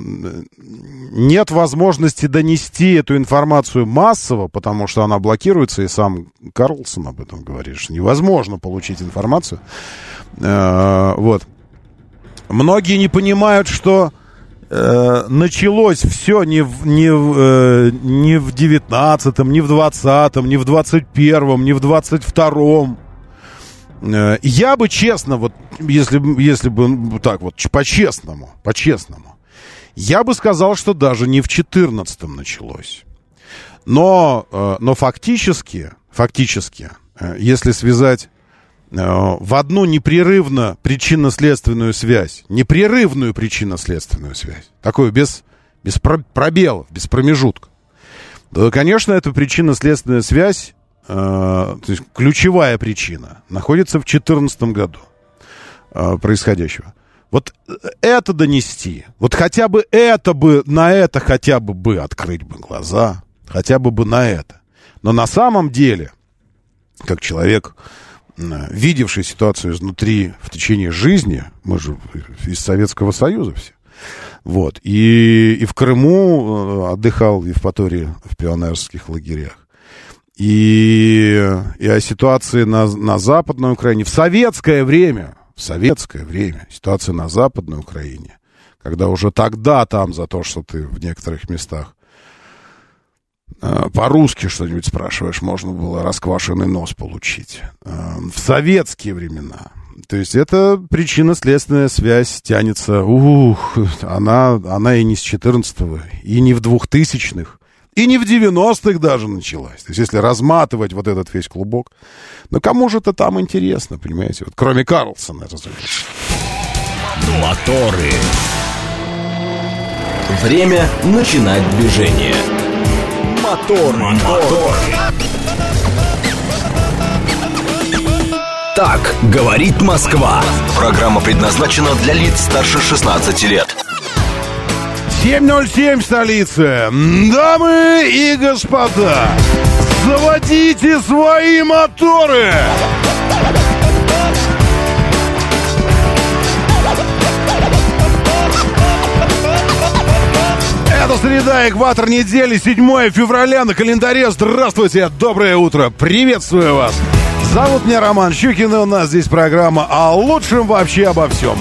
нет возможности донести эту информацию массово, потому что она блокируется, и сам Карлсон об этом говорит, что невозможно получить информацию. Э, вот. Многие не понимают, что э, началось все не в, не, в, э, не в девятнадцатом, не в двадцатом, не в двадцать первом, не в двадцать втором. Э, я бы честно, вот если, если бы так вот, по-честному, по-честному, я бы сказал, что даже не в четырнадцатом началось. Но, э, но фактически, фактически, э, если связать в одну непрерывно причинно-следственную связь, непрерывную причинно-следственную связь, такую без, без пробелов, без промежутков, то, конечно, эта причинно-следственная связь, э, то есть ключевая причина, находится в две тысячи четырнадцатом году э, происходящего. Вот это донести, вот хотя бы это бы, на это хотя бы бы открыть бы глаза, хотя бы бы на это. Но на самом деле, как человек, видевший ситуацию изнутри в течение жизни, мы же из Советского Союза все, вот, и, и в Крыму отдыхал в Евпатории в пионерских лагерях, и, и о ситуации на, на Западной Украине в советское время, в советское время, ситуация на Западной Украине, когда уже тогда там за то, что ты в некоторых местах по-русски что-нибудь спрашиваешь, можно было расквашенный нос получить. В советские времена. То есть это причинно-следственная связь тянется. Ух, она, она и не с четырнадцатого, и не в двухтысячных, и не в девяностых даже началась. То есть если разматывать вот этот весь клубок, ну кому же это там интересно, понимаете? Вот, кроме Карлсона, разумеется. Моторы. Время начинать движение. Мотор, мотор. Так говорит Москва. Программа предназначена для лиц старше шестнадцати лет. семь ноль семь, столица. Дамы и господа, заводите свои моторы. Это среда, экватор недели, седьмое февраля на календаре. Здравствуйте, доброе утро, приветствую вас. Зовут меня Роман Щукин, и у нас здесь программа о лучшем вообще обо всем.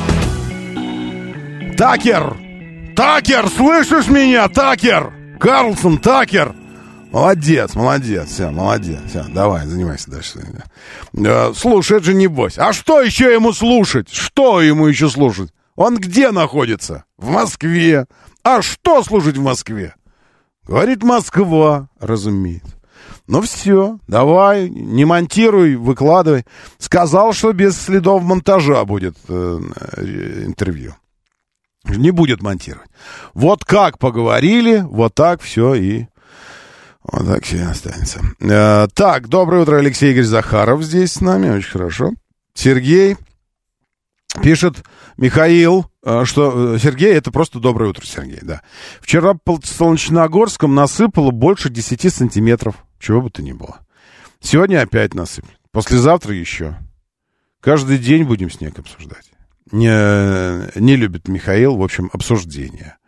Такер! Такер, слышишь меня, Такер? Карлсон, Такер! Молодец, молодец, все, молодец, все, давай, занимайся дальше. Слушает же небось. А что еще ему слушать? Что ему еще слушать? Он где находится? В Москве. А что слушать в Москве? Говорит Москва, разумеется. Ну все, давай, не монтируй, выкладывай. Сказал, что без следов монтажа будет э, интервью. Не будет монтировать. Вот как поговорили, вот так все и... Вот так все и останется. Э, так, доброе утро, Алексей Игорь Захаров здесь с нами, очень хорошо. Сергей пишет, Михаил, что... Сергей, это просто доброе утро, Сергей, да. Вчера в Солнечногорском насыпало больше десяти сантиметров. Чего бы то ни было. Сегодня опять насыплет. Послезавтра еще. Каждый день будем снег обсуждать. Не, не любит Михаил, в общем, обсуждение.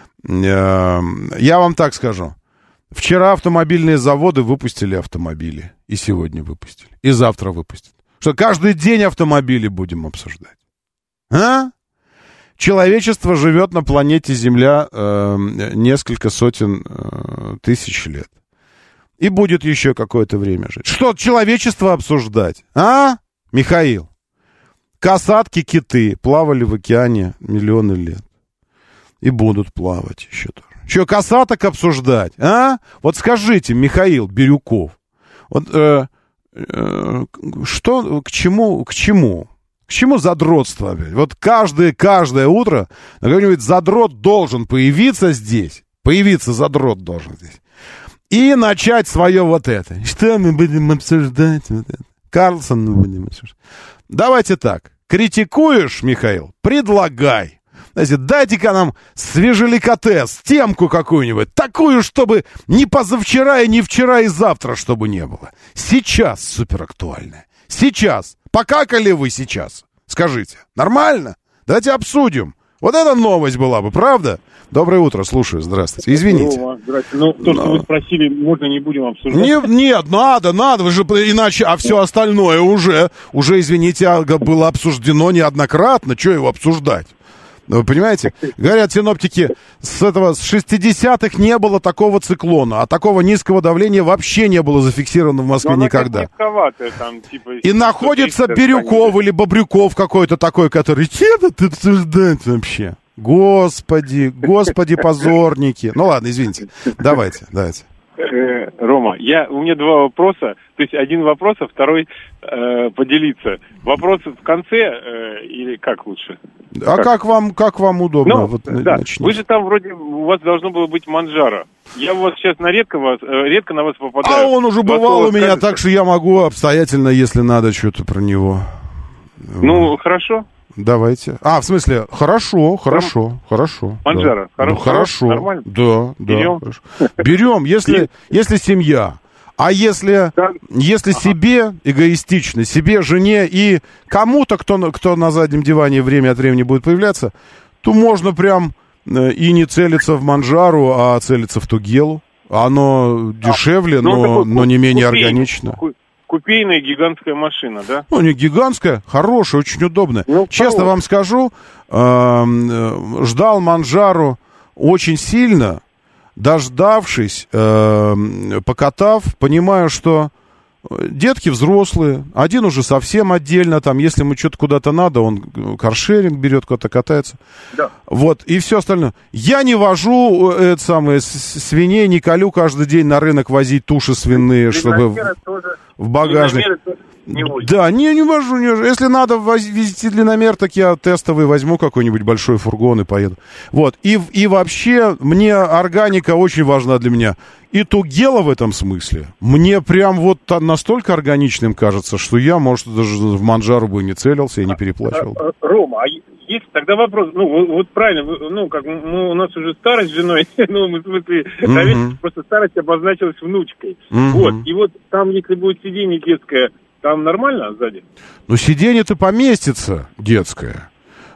Я вам так скажу. Вчера автомобильные заводы выпустили автомобили. И сегодня выпустили. И завтра выпустят. Что каждый день автомобили будем обсуждать. А? Человечество живет на планете Земля э, несколько сотен э, тысяч лет. И будет еще какое-то время жить. Что человечество обсуждать? А, Михаил? Касатки-киты плавали в океане миллионы лет. И будут плавать еще тоже. Что, касаток обсуждать? А? Вот скажите, Михаил Бирюков, вот э, э, что, к чему, к чему? К чему задротство опять? Вот каждое, каждое утро какой-нибудь задрот должен появиться здесь. Появиться задрот должен здесь. И начать свое вот это. Что мы будем обсуждать? Вот это. Карлсон мы будем обсуждать. Давайте так. Критикуешь, Михаил? Предлагай. Знаете, дайте-ка нам свежеликотес, темку какую-нибудь. Такую, чтобы не позавчера и не вчера и завтра, чтобы не было. Сейчас суперактуальная. Сейчас. Покакали вы сейчас. Скажите. Нормально? Давайте обсудим. Вот эта новость была бы, правда? Доброе утро, слушаю, здравствуйте. Извините. Рома, здравствуйте. Ну, то, Но... что вы спросили, можно не будем обсуждать? Не, нет, надо, надо, вы же иначе, а все остальное уже, уже, извините, было обсуждено неоднократно, что его обсуждать? Вы понимаете? Говорят синоптики, с этого, с шестидесятых не было такого циклона, а такого низкого давления вообще не было зафиксировано в Москве никогда. Там, типа, и находится Бирюков или Бобрюков какой-то такой, который, что тут обсуждать вообще? Господи, господи, позорники. Ну ладно, извините. Давайте, давайте. Э, Рома, я, у меня два вопроса. То есть один вопрос, а второй э, поделиться. Вопрос в конце э, или как лучше? А как, как, вам, как вам удобно? Ну, вот, да. Вы же там вроде, у вас должно было быть Манджаро. Я у вас сейчас на редко, вас, э, редко на вас попадаю. А он уже бывал у меня, скажете? Так что я могу обстоятельно, если надо, что-то про него. Ну, вот. Хорошо. Давайте. А, в смысле, хорошо, хорошо, Ром... хорошо. Манджаро, да. хоро... ну, хорошо. Нормально? Да, да. Берем? Берем, если, если семья. А если, да. если ага. себе эгоистично, себе, жене и кому-то, кто, кто на заднем диване время от времени будет появляться, то можно прям и не целиться в Манджару, а целиться в Тугелу. Оно а, дешевле, но, но не менее купейный, органично. Купейная гигантская машина, да? Ну, не гигантская, хорошая, очень удобная. Ну, честно вам скажу, э, ждал Манджару очень сильно, дождавшись, э, покатав, понимаю, что детки взрослые, один уже совсем отдельно, там, если ему что-то куда-то надо, он каршеринг берет, куда-то катается. Да. Вот, и все остальное. Я не вожу это самое, свиней, не колю каждый день на рынок возить туши свиные, чтобы в, в багажник. Не да, не, не вожу, не вожу. Если надо везти длинномер, так я тестовый возьму какой-нибудь большой фургон и поеду. Вот, и, и вообще, мне органика очень важна для меня. И Тугела в этом смысле мне прям вот настолько органичным кажется, что я, может, даже в Манджару бы не целился и не переплачивал. А, а, Рома, а есть тогда вопрос, ну, вот, вот правильно, ну, как ну, у нас уже старость с женой, ну, в смысле, uh-huh. просто старость обозначилась внучкой. Uh-huh. Вот, и вот там, если будет сиденье детское, там нормально сзади? Ну, сиденье-то поместится детское.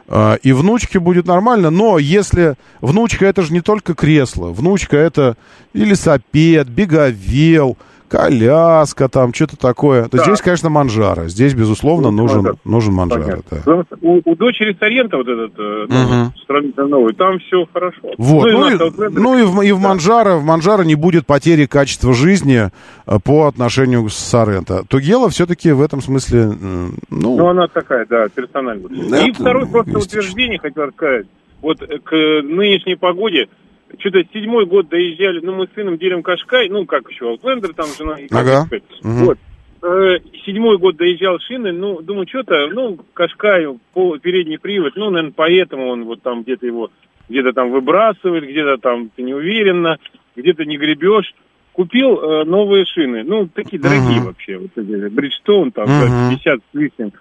И внучке будет нормально, но если внучка это же не только кресло, внучка это велосипед, беговел, коляска, там что-то такое. То да. Здесь, конечно, Манджаро. Здесь, безусловно, ну, нужен, нужен Манджаро. Да. У, у дочери Сорента вот этот uh-huh. сравнительно новый, там все хорошо. Вот. Ну, ну, и, и, ну и, в, и в Манджаро, в Манджаро не будет потери качества жизни по отношению с Сорента. Тугела все-таки в этом смысле, ну... Ну, она такая, да, персональная. Это... И второе просто утверждение хотел сказать. Вот к нынешней погоде что-то седьмой год доезжали, ну, мы с сыном делим Кашкай, ну, как еще, Аутлендер, там жена и ага. угу. Вот. Э, седьмой год доезжал шины, ну, думаю, что-то, ну, Кашкай, пол, передний привод, ну, наверное, поэтому он вот там где-то его, где-то там выбрасывает, где-то там ты не уверенно, где-то не гребешь. Купил э, новые шины, ну, такие дорогие uh-huh. вообще, вот эти, Бриджстоун, там, uh-huh. пятьдесят с лишним.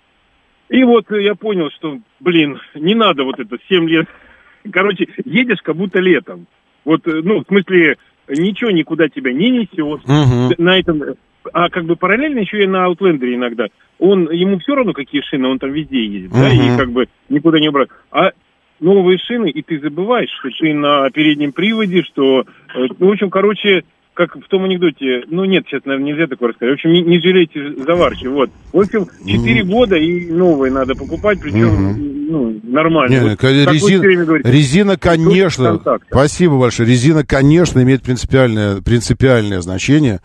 И вот я понял, что, блин, не надо вот это семь лет. Короче, едешь как будто летом. Вот, ну, в смысле, ничего никуда тебя не несет. Uh-huh. На этом, а как бы параллельно еще и на Аутлендере иногда. Он, ему все равно, какие шины, он там везде едет, uh-huh. да, и как бы никуда не убрать. А новые шины, и ты забываешь, что ты на переднем приводе, что, ну, в общем, короче... Как в том анекдоте, ну нет, сейчас, наверное, нельзя такое рассказать. В общем, не, не жалейте заварки, вот. В общем, четыре года и новые надо покупать, причем, mm-hmm. ну, нормально. Не, вот, резина, говорите, резина, конечно, спасибо большое, резина, конечно, имеет принципиальное, принципиальное значение.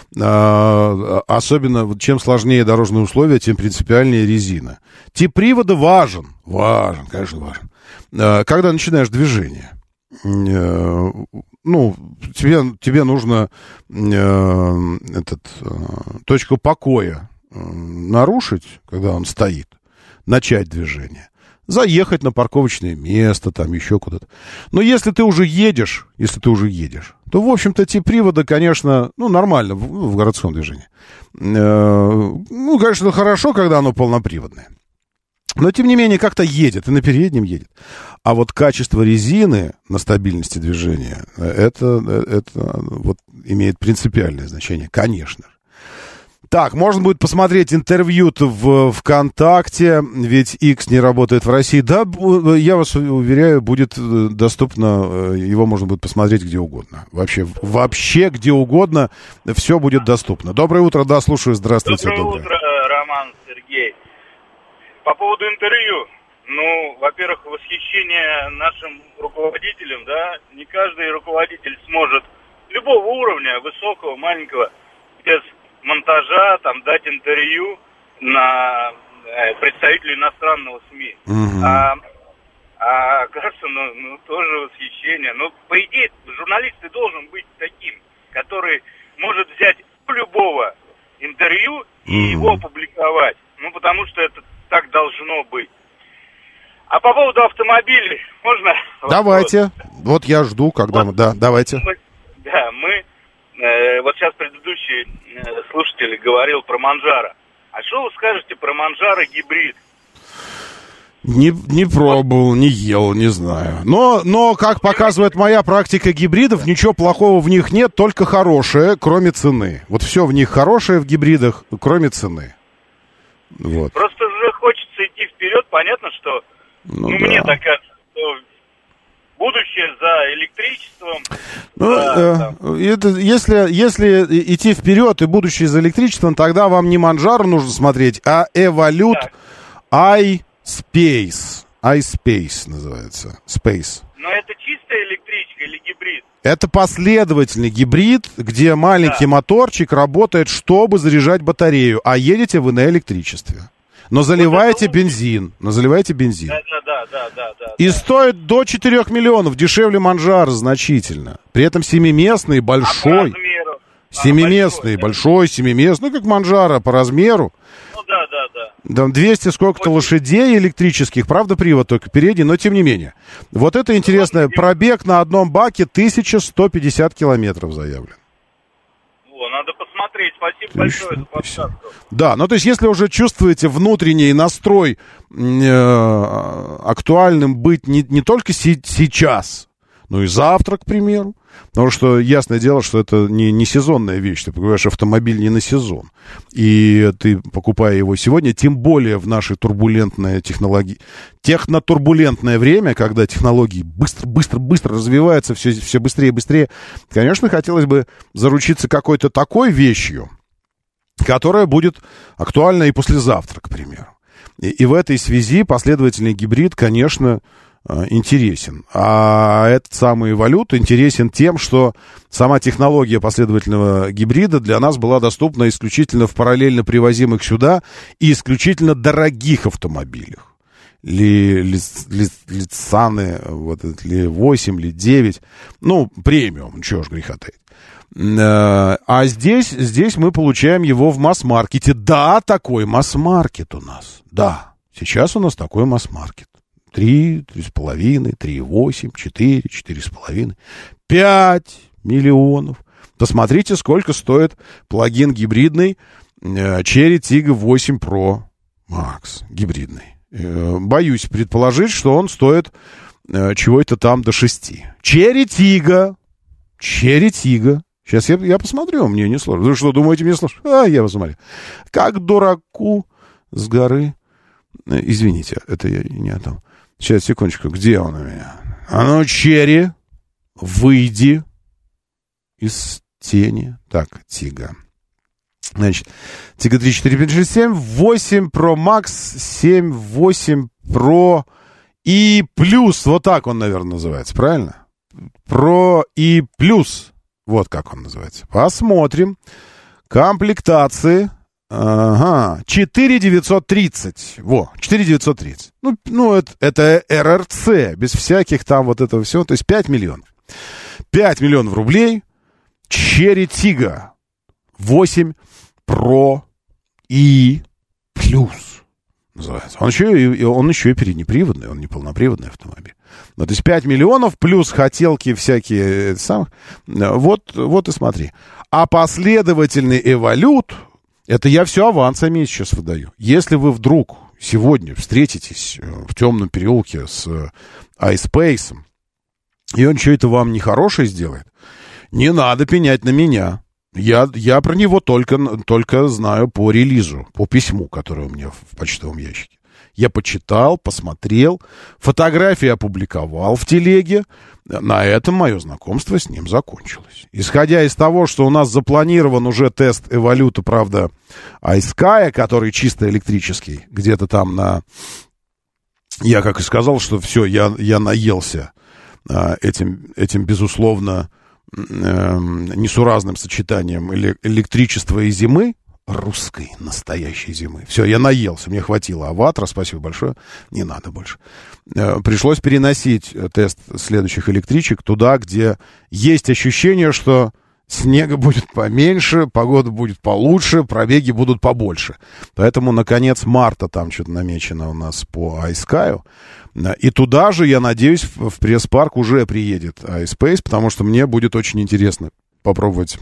А, особенно, чем сложнее дорожные условия, тем принципиальнее резина. Тип привода важен, важен, конечно, важен. А, когда начинаешь движение, ну, тебе, тебе нужно э, этот, э, точку покоя э, нарушить, когда он стоит, начать движение, заехать на парковочное место, там еще куда-то. Но если ты уже едешь, если ты уже едешь, то, в общем-то, тип привода, конечно, ну, нормально в, в городском движении. Э, ну, конечно, хорошо, когда оно полноприводное. Но, тем не менее, как-то едет, и на переднем едет. А вот качество резины на стабильности движения, это, это вот, имеет принципиальное значение, конечно. Так, можно будет посмотреть интервью-то в ВКонтакте, ведь X не работает в России. Да, я вас уверяю, будет доступно, его можно будет посмотреть где угодно. Вообще, вообще где угодно, все будет доступно. Доброе утро, да, слушаю, здравствуйте. Доброе, доброе. утро, Роман, Сергей. По поводу интервью. Ну, во-первых, восхищение нашим руководителям, да, не каждый руководитель сможет любого уровня, высокого, маленького, без монтажа, там, дать интервью на э, представителю иностранного СМИ. Mm-hmm. А, а Карсон, ну, ну, тоже восхищение. Ну, по идее, журналист и должен быть таким, который может взять у любого интервью и mm-hmm. его опубликовать. Ну, потому что это так должно быть. А по поводу автомобилей, можно? Давайте. Вопрос? Вот я жду, когда вот, мы... Да, давайте. Мы, да, мы... Э, вот сейчас предыдущий э, слушатель говорил про Манжаро. А что вы скажете про Манжаро гибрид? Не, не пробовал, не ел, не знаю. Но, но, как показывает моя практика гибридов, ничего плохого в них нет, только хорошее, кроме цены. Вот все в них хорошее в гибридах, кроме цены. Вот. Просто уже хочется идти вперед. Понятно, что ну, ну, да. мне так кажется, что будущее за электричеством. Ну, за, э, это, если, если идти вперед и будущее за электричеством, тогда вам не Манжаро нужно смотреть, а Evolute iSpace. iSpace называется. Space. Но это чистая электричка или гибрид? Это последовательный гибрид, где маленький да. моторчик работает, чтобы заряжать батарею, а едете вы на электричестве. Но заливаете вот бензин. Но заливаете бензин. Да, да, да, да, да, и да. стоит до четырёх миллионов, дешевле Манжаро значительно. При этом семиместный, большой. А по размеру? Семиместный, а, большой, большой, семиместный. Ну, как Манжаро по размеру. Ну, да, да, да. Там двести сколько-то лошадей электрических, правда, привод только передний, но тем не менее. Вот это интересно. Пробег на одном баке тысяча сто пятьдесят километров заявлен. О, надо посмотреть. Спасибо большое за подсказку. Да, ну то есть если уже чувствуете внутренний настрой э, актуальным быть не, не только си- сейчас, но и завтра, к примеру. Потому что ясное дело, что это не, не сезонная вещь. Ты покупаешь автомобиль не на сезон. И ты, покупая его сегодня, тем более в наше турбулентное технологи... технотурбулентное время, когда технологии быстро-быстро-быстро развиваются, все, все быстрее и быстрее, конечно, хотелось бы заручиться какой-то такой вещью, которая будет актуальна и послезавтра, к примеру. И, и в этой связи последовательный гибрид, конечно, интересен. А этот самый Evolute интересен тем, что сама технология последовательного гибрида для нас была доступна исключительно в параллельно привозимых сюда и исключительно дорогих автомобилях. Ли, ли, ли, Лицаны, вот это, ли восемь, ли девять, ну, премиум, чего ж греха таить. А здесь, здесь мы получаем его в масс-маркете. Да, такой масс-маркет у нас. Да, сейчас у нас такой масс-маркет. Три, три с половиной, три, восемь, четыре, четыре с половиной, пять миллионов. Посмотрите, сколько стоит плагин гибридный Chery Tiggo восемь Pro Max гибридный. Боюсь предположить, что он стоит чего-то там до шести. Chery Tiggo. Chery Tiggo. Сейчас я, я посмотрю, мне не сложно. Вы что, думаете, мне сложно? А, я посмотрю. Как дураку с горы. Извините, это я не о том. Сейчас, секундочку, где он у меня? А ну, Chery, выйди из тени. Так, Tiggo. Значит, Tiggo три, четыре, пять, шесть, семь, восемь Pro Max, семь, восемь Pro и плюс. Вот так он, наверное, называется, правильно? Pro и плюс. Вот как он называется. Посмотрим. Комплектации. Ага, четыре девятьсот тридцать. Во, четыре девятьсот тридцать. Ну, ну это, это эр эр си, без всяких там вот этого всего. То есть пять миллионов. пять миллионов рублей. Chery Tiggo восемь Pro и плюс называется. Он еще, и, он еще и переднеприводный, он не полноприводный автомобиль. Ну, то есть пять миллионов плюс хотелки всякие. Сам, вот, вот и смотри. А последовательный Evolute, это я все авансами сейчас выдаю. Если вы вдруг сегодня встретитесь в темном переулке с iSpace, и он что-то вам нехорошее сделает, не надо пенять на меня. Я, я про него только, только знаю по релизу, по письму, которое у меня в почтовом ящике. Я почитал, посмотрел, фотографии опубликовал в телеге. На этом мое знакомство с ним закончилось. Исходя из того, что у нас запланирован уже тест Эволюта, правда, iSky, который чисто электрический, где-то там на... Я, как и сказал, что все, я, я наелся а, этим, этим, безусловно, э, несуразным сочетанием электричества и зимы, русской настоящей зимы. Все, я наелся, мне хватило Аватара, спасибо большое, не надо больше. Э, пришлось переносить тест следующих электричек туда, где есть ощущение, что снега будет поменьше, погода будет получше, пробеги будут побольше. Поэтому на конец марта там что-то намечено у нас по iSky. И туда же, я надеюсь, в пресс-парк уже приедет iSpace, потому что мне будет очень интересно попробовать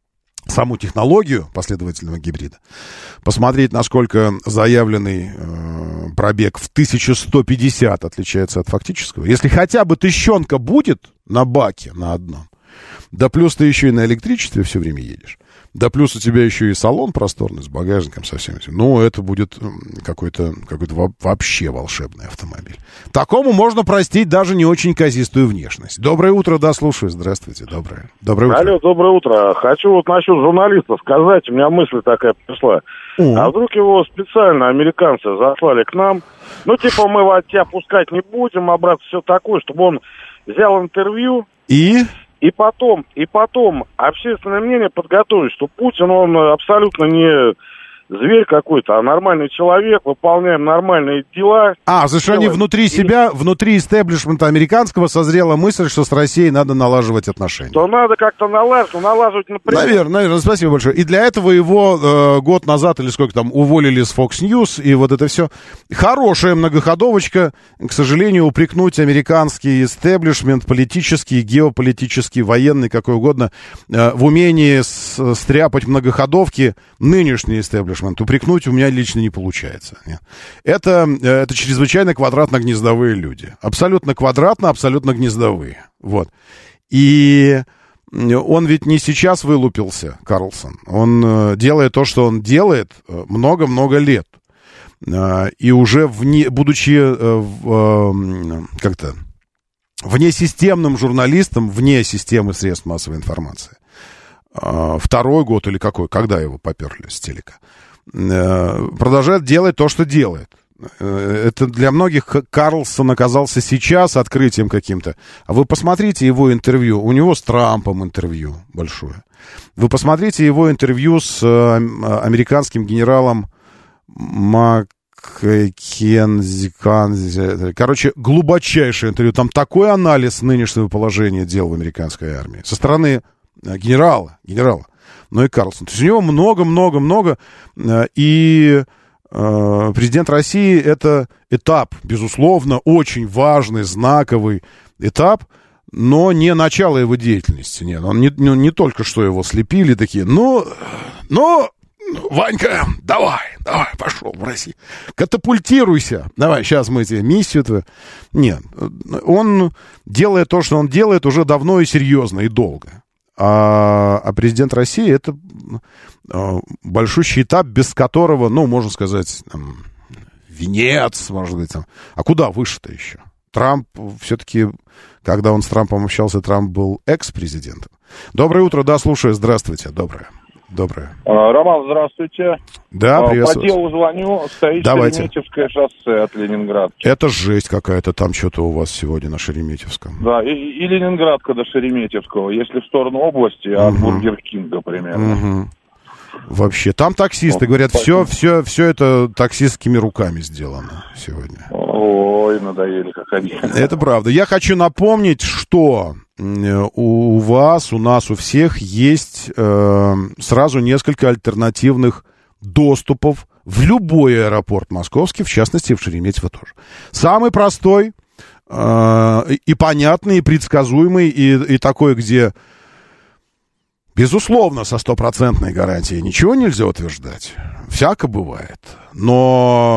саму технологию последовательного гибрида, посмотреть, насколько заявленный э, пробег в тысячу сто пятьдесят отличается от фактического. Если хотя бы тыщенка будет на баке на одном, да плюс ты еще и на электричестве все время едешь. Да плюс у тебя еще и салон просторный с багажником со всем этим. Ну, это будет какой-то, какой-то вообще волшебный автомобиль. Такому можно простить даже не очень казистую внешность. Доброе утро, да, слушаю. Здравствуйте, доброе. Доброе утро. Алло, доброе утро. Хочу вот насчет журналиста сказать. У меня мысль такая пришла. Mm. А вдруг его специально американцы заслали к нам? Ну, типа, мы вот тебя пускать не будем, а брат, все такое, чтобы он взял интервью. И... И потом, и потом общественное мнение подготовить, что Путин, он абсолютно не зверь какой-то, а нормальный человек, выполняем нормальные дела. А, за что они внутри себя, внутри истеблишмента американского созрела мысль, что с Россией надо налаживать отношения. То надо как-то налаживать, налаживать, например. Наверное, наверное, спасибо большое. И для этого его э, год назад, или сколько там, уволили с Fox News, и вот это все. Хорошая многоходовочка, к сожалению, упрекнуть американский истеблишмент, политический, геополитический, военный, какой угодно, э, в умении с, стряпать многоходовки нынешний истеблишмент. Упрекнуть у меня лично не получается. Нет. Это, это чрезвычайно квадратно-гнездовые люди. Абсолютно квадратно, абсолютно гнездовые. Вот. И он ведь не сейчас вылупился, Карлсон. Он делает то, что он делает много-много лет. И уже, вне, будучи как-то внесистемным журналистом, вне системы средств массовой информации, второй год или какой, когда его поперли с телека, продолжает делать то, что делает. Это для многих Карлсон оказался сейчас открытием каким-то. А вы посмотрите его интервью. У него с Трампом интервью большое. Вы посмотрите его интервью с американским генералом Маккензи. Короче, глубочайшее интервью. Там такой анализ нынешнего положения дел в американской армии. Со стороны генерала, генерала. Ну и Карлсон. То есть у него много-много-много. И э, президент России — это этап, безусловно, очень важный, знаковый этап, но не начало его деятельности. Нет, он не, не, не только что его слепили, такие, ну, ну, Ванька, давай, давай, пошел в Россию. Катапультируйся. Давай, сейчас мы тебе миссию твою. Нет, он делает то, что он делает уже давно и серьезно, и долго. А, а президент России — это а, большущий этап, без которого, ну, можно сказать, там, венец, может быть, там. А куда выше-то еще? Трамп все-таки, когда он с Трампом общался, Трамп был экс-президентом. Доброе утро, да, слушаю, здравствуйте, доброе. Доброе. Роман, здравствуйте. Да, приветствую. По делу звоню. Стоит Давайте. Шереметьевское шоссе от Ленинградки. Это жесть какая-то там что-то у вас сегодня на Шереметьевском. Да, и, и Ленинградка до Шереметьевского, если в сторону области, угу. От Бургер Кинга примерно. Угу. Вообще, там таксисты, вот, говорят, все, все, все это таксистскими руками сделано сегодня. Ой, надоели как они. Это правда. Я хочу напомнить, что у вас, у нас, у всех есть э, сразу несколько альтернативных доступов в любой аэропорт московский, в частности, в Шереметьево тоже. Самый простой э, и понятный, и предсказуемый, и, и такой, где, безусловно, со стопроцентной гарантией ничего нельзя утверждать. Всяко бывает. Но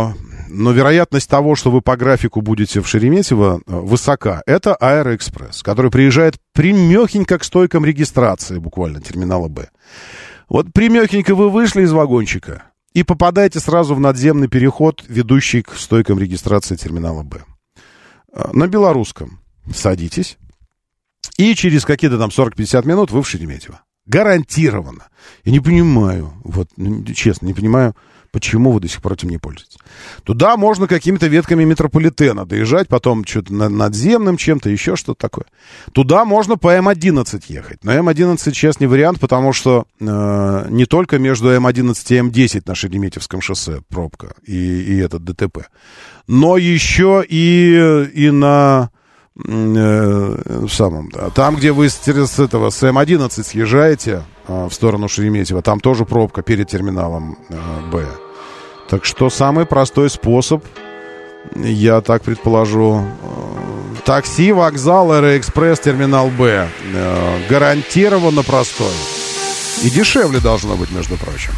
но вероятность того, что вы по графику будете в Шереметьево, высока. Это Аэроэкспресс, который приезжает примехенько к стойкам регистрации, буквально, терминала Б. Вот примехенько вы вышли из вагончика и попадаете сразу в надземный переход, ведущий к стойкам регистрации терминала Б. На белорусском садитесь, и через какие-то там сорок-пятьдесят минут вы в Шереметьево. Гарантированно. Я не понимаю, вот, честно, не понимаю, почему вы до сих пор этим не пользуетесь. Туда можно какими-то ветками метрополитена доезжать, потом что-то надземным чем-то, еще что-то такое. Туда можно по Эм одиннадцать ехать. Но Эм одиннадцать сейчас не вариант, потому что э, не только между Эм одиннадцать и Эм десять на Шереметьевском шоссе пробка и, и этот ДТП, но еще и, и на... в самом, да. Там, где вы с, с этого с Эм одиннадцать съезжаете э, в сторону Шереметьево, там тоже пробка перед терминалом э, Б. Так что самый простой способ, я так предположу, э, такси, вокзал, Аэроэкспресс, терминал Б. Э, гарантированно простой. И дешевле должно быть, между прочим.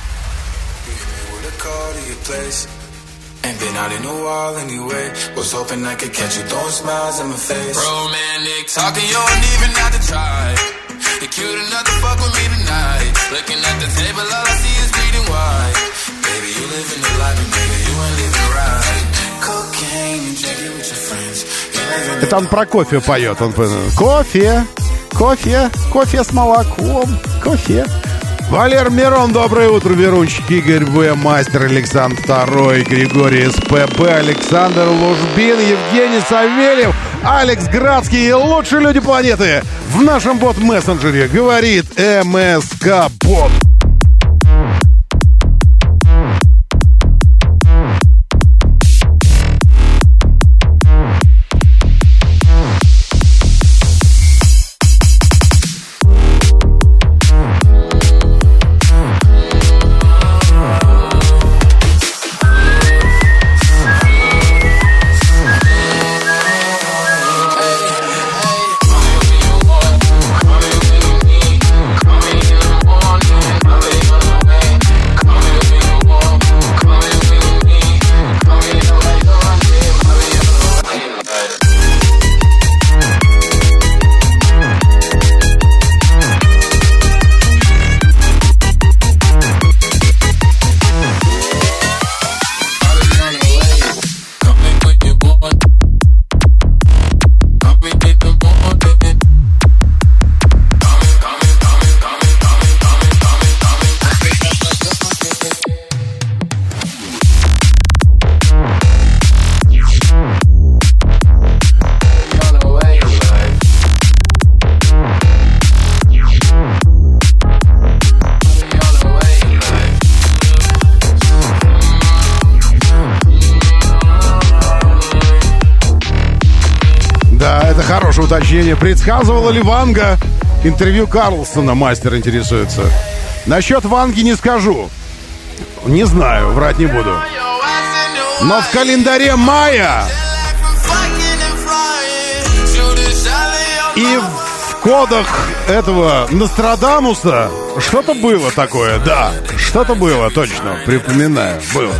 Ain't been out in a while anyway. Was hoping I could catch you throwing smiles in my face. Romantic talking, you don't even have to try. You're cute enough to fuck with me tonight. Looking at the table, all I see is bleeding white. Baby, you living the life, and nigga, you ain't living right. Cocaine and drinking with your friends. Это он про кофе поет. Он поет. Кофе, кофе, кофе с молоком, кофе. Валер Мирон, доброе утро, Верунчик, Игорь В, Мастер, Александр Второй, Григорий СПБ, Александр Лужбин, Евгений Савельев, Алекс Градский и лучшие люди планеты в нашем бот-мессенджере, говорит МСК-бот. Уточнение. Предсказывала ли Ванга интервью Карлсона? Мастер интересуется. Насчет Ванги не скажу. Не знаю, врать не буду. Но в календаре мая и в кодах этого Нострадамуса что-то было такое, да. Что-то было, точно, припоминаю, было.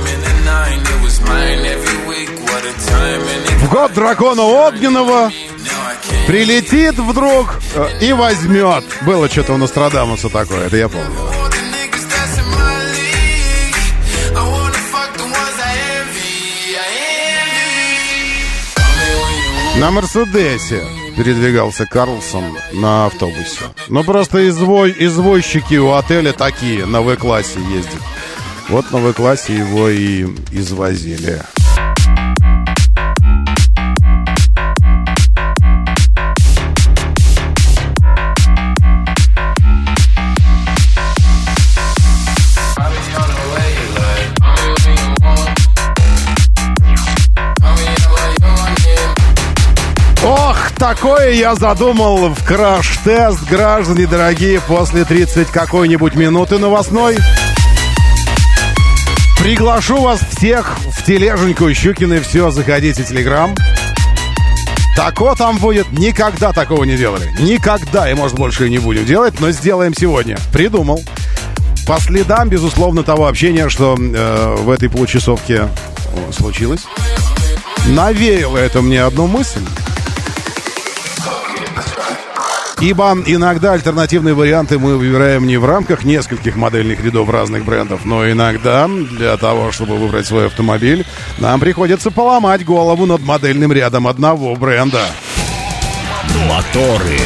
В год дракона огненного прилетит вдруг и возьмет. Было что-то у Нострадамуса такое, это я помню. На Мерседесе передвигался Карлсон на автобусе. Ну, просто извой, извозчики у отеля такие, на В-классе ездят. Вот на В-классе его и извозили. Такое я задумал в краш-тест, граждане дорогие, после тридцать какой-нибудь минуты новостной. Приглашу вас всех в тележеньку Щукины. Все, заходите в Телеграм. Тако там будет. Никогда такого не делали. Никогда, и может больше и не будем делать, но сделаем сегодня. Придумал. По следам, безусловно, того общения, что э, в этой получасовке случилось? Навеяло это мне одну мысль. Ибо иногда альтернативные варианты мы выбираем не в рамках нескольких модельных рядов разных брендов, но иногда для того, чтобы выбрать свой автомобиль, нам приходится поломать голову над модельным рядом одного бренда. Моторы.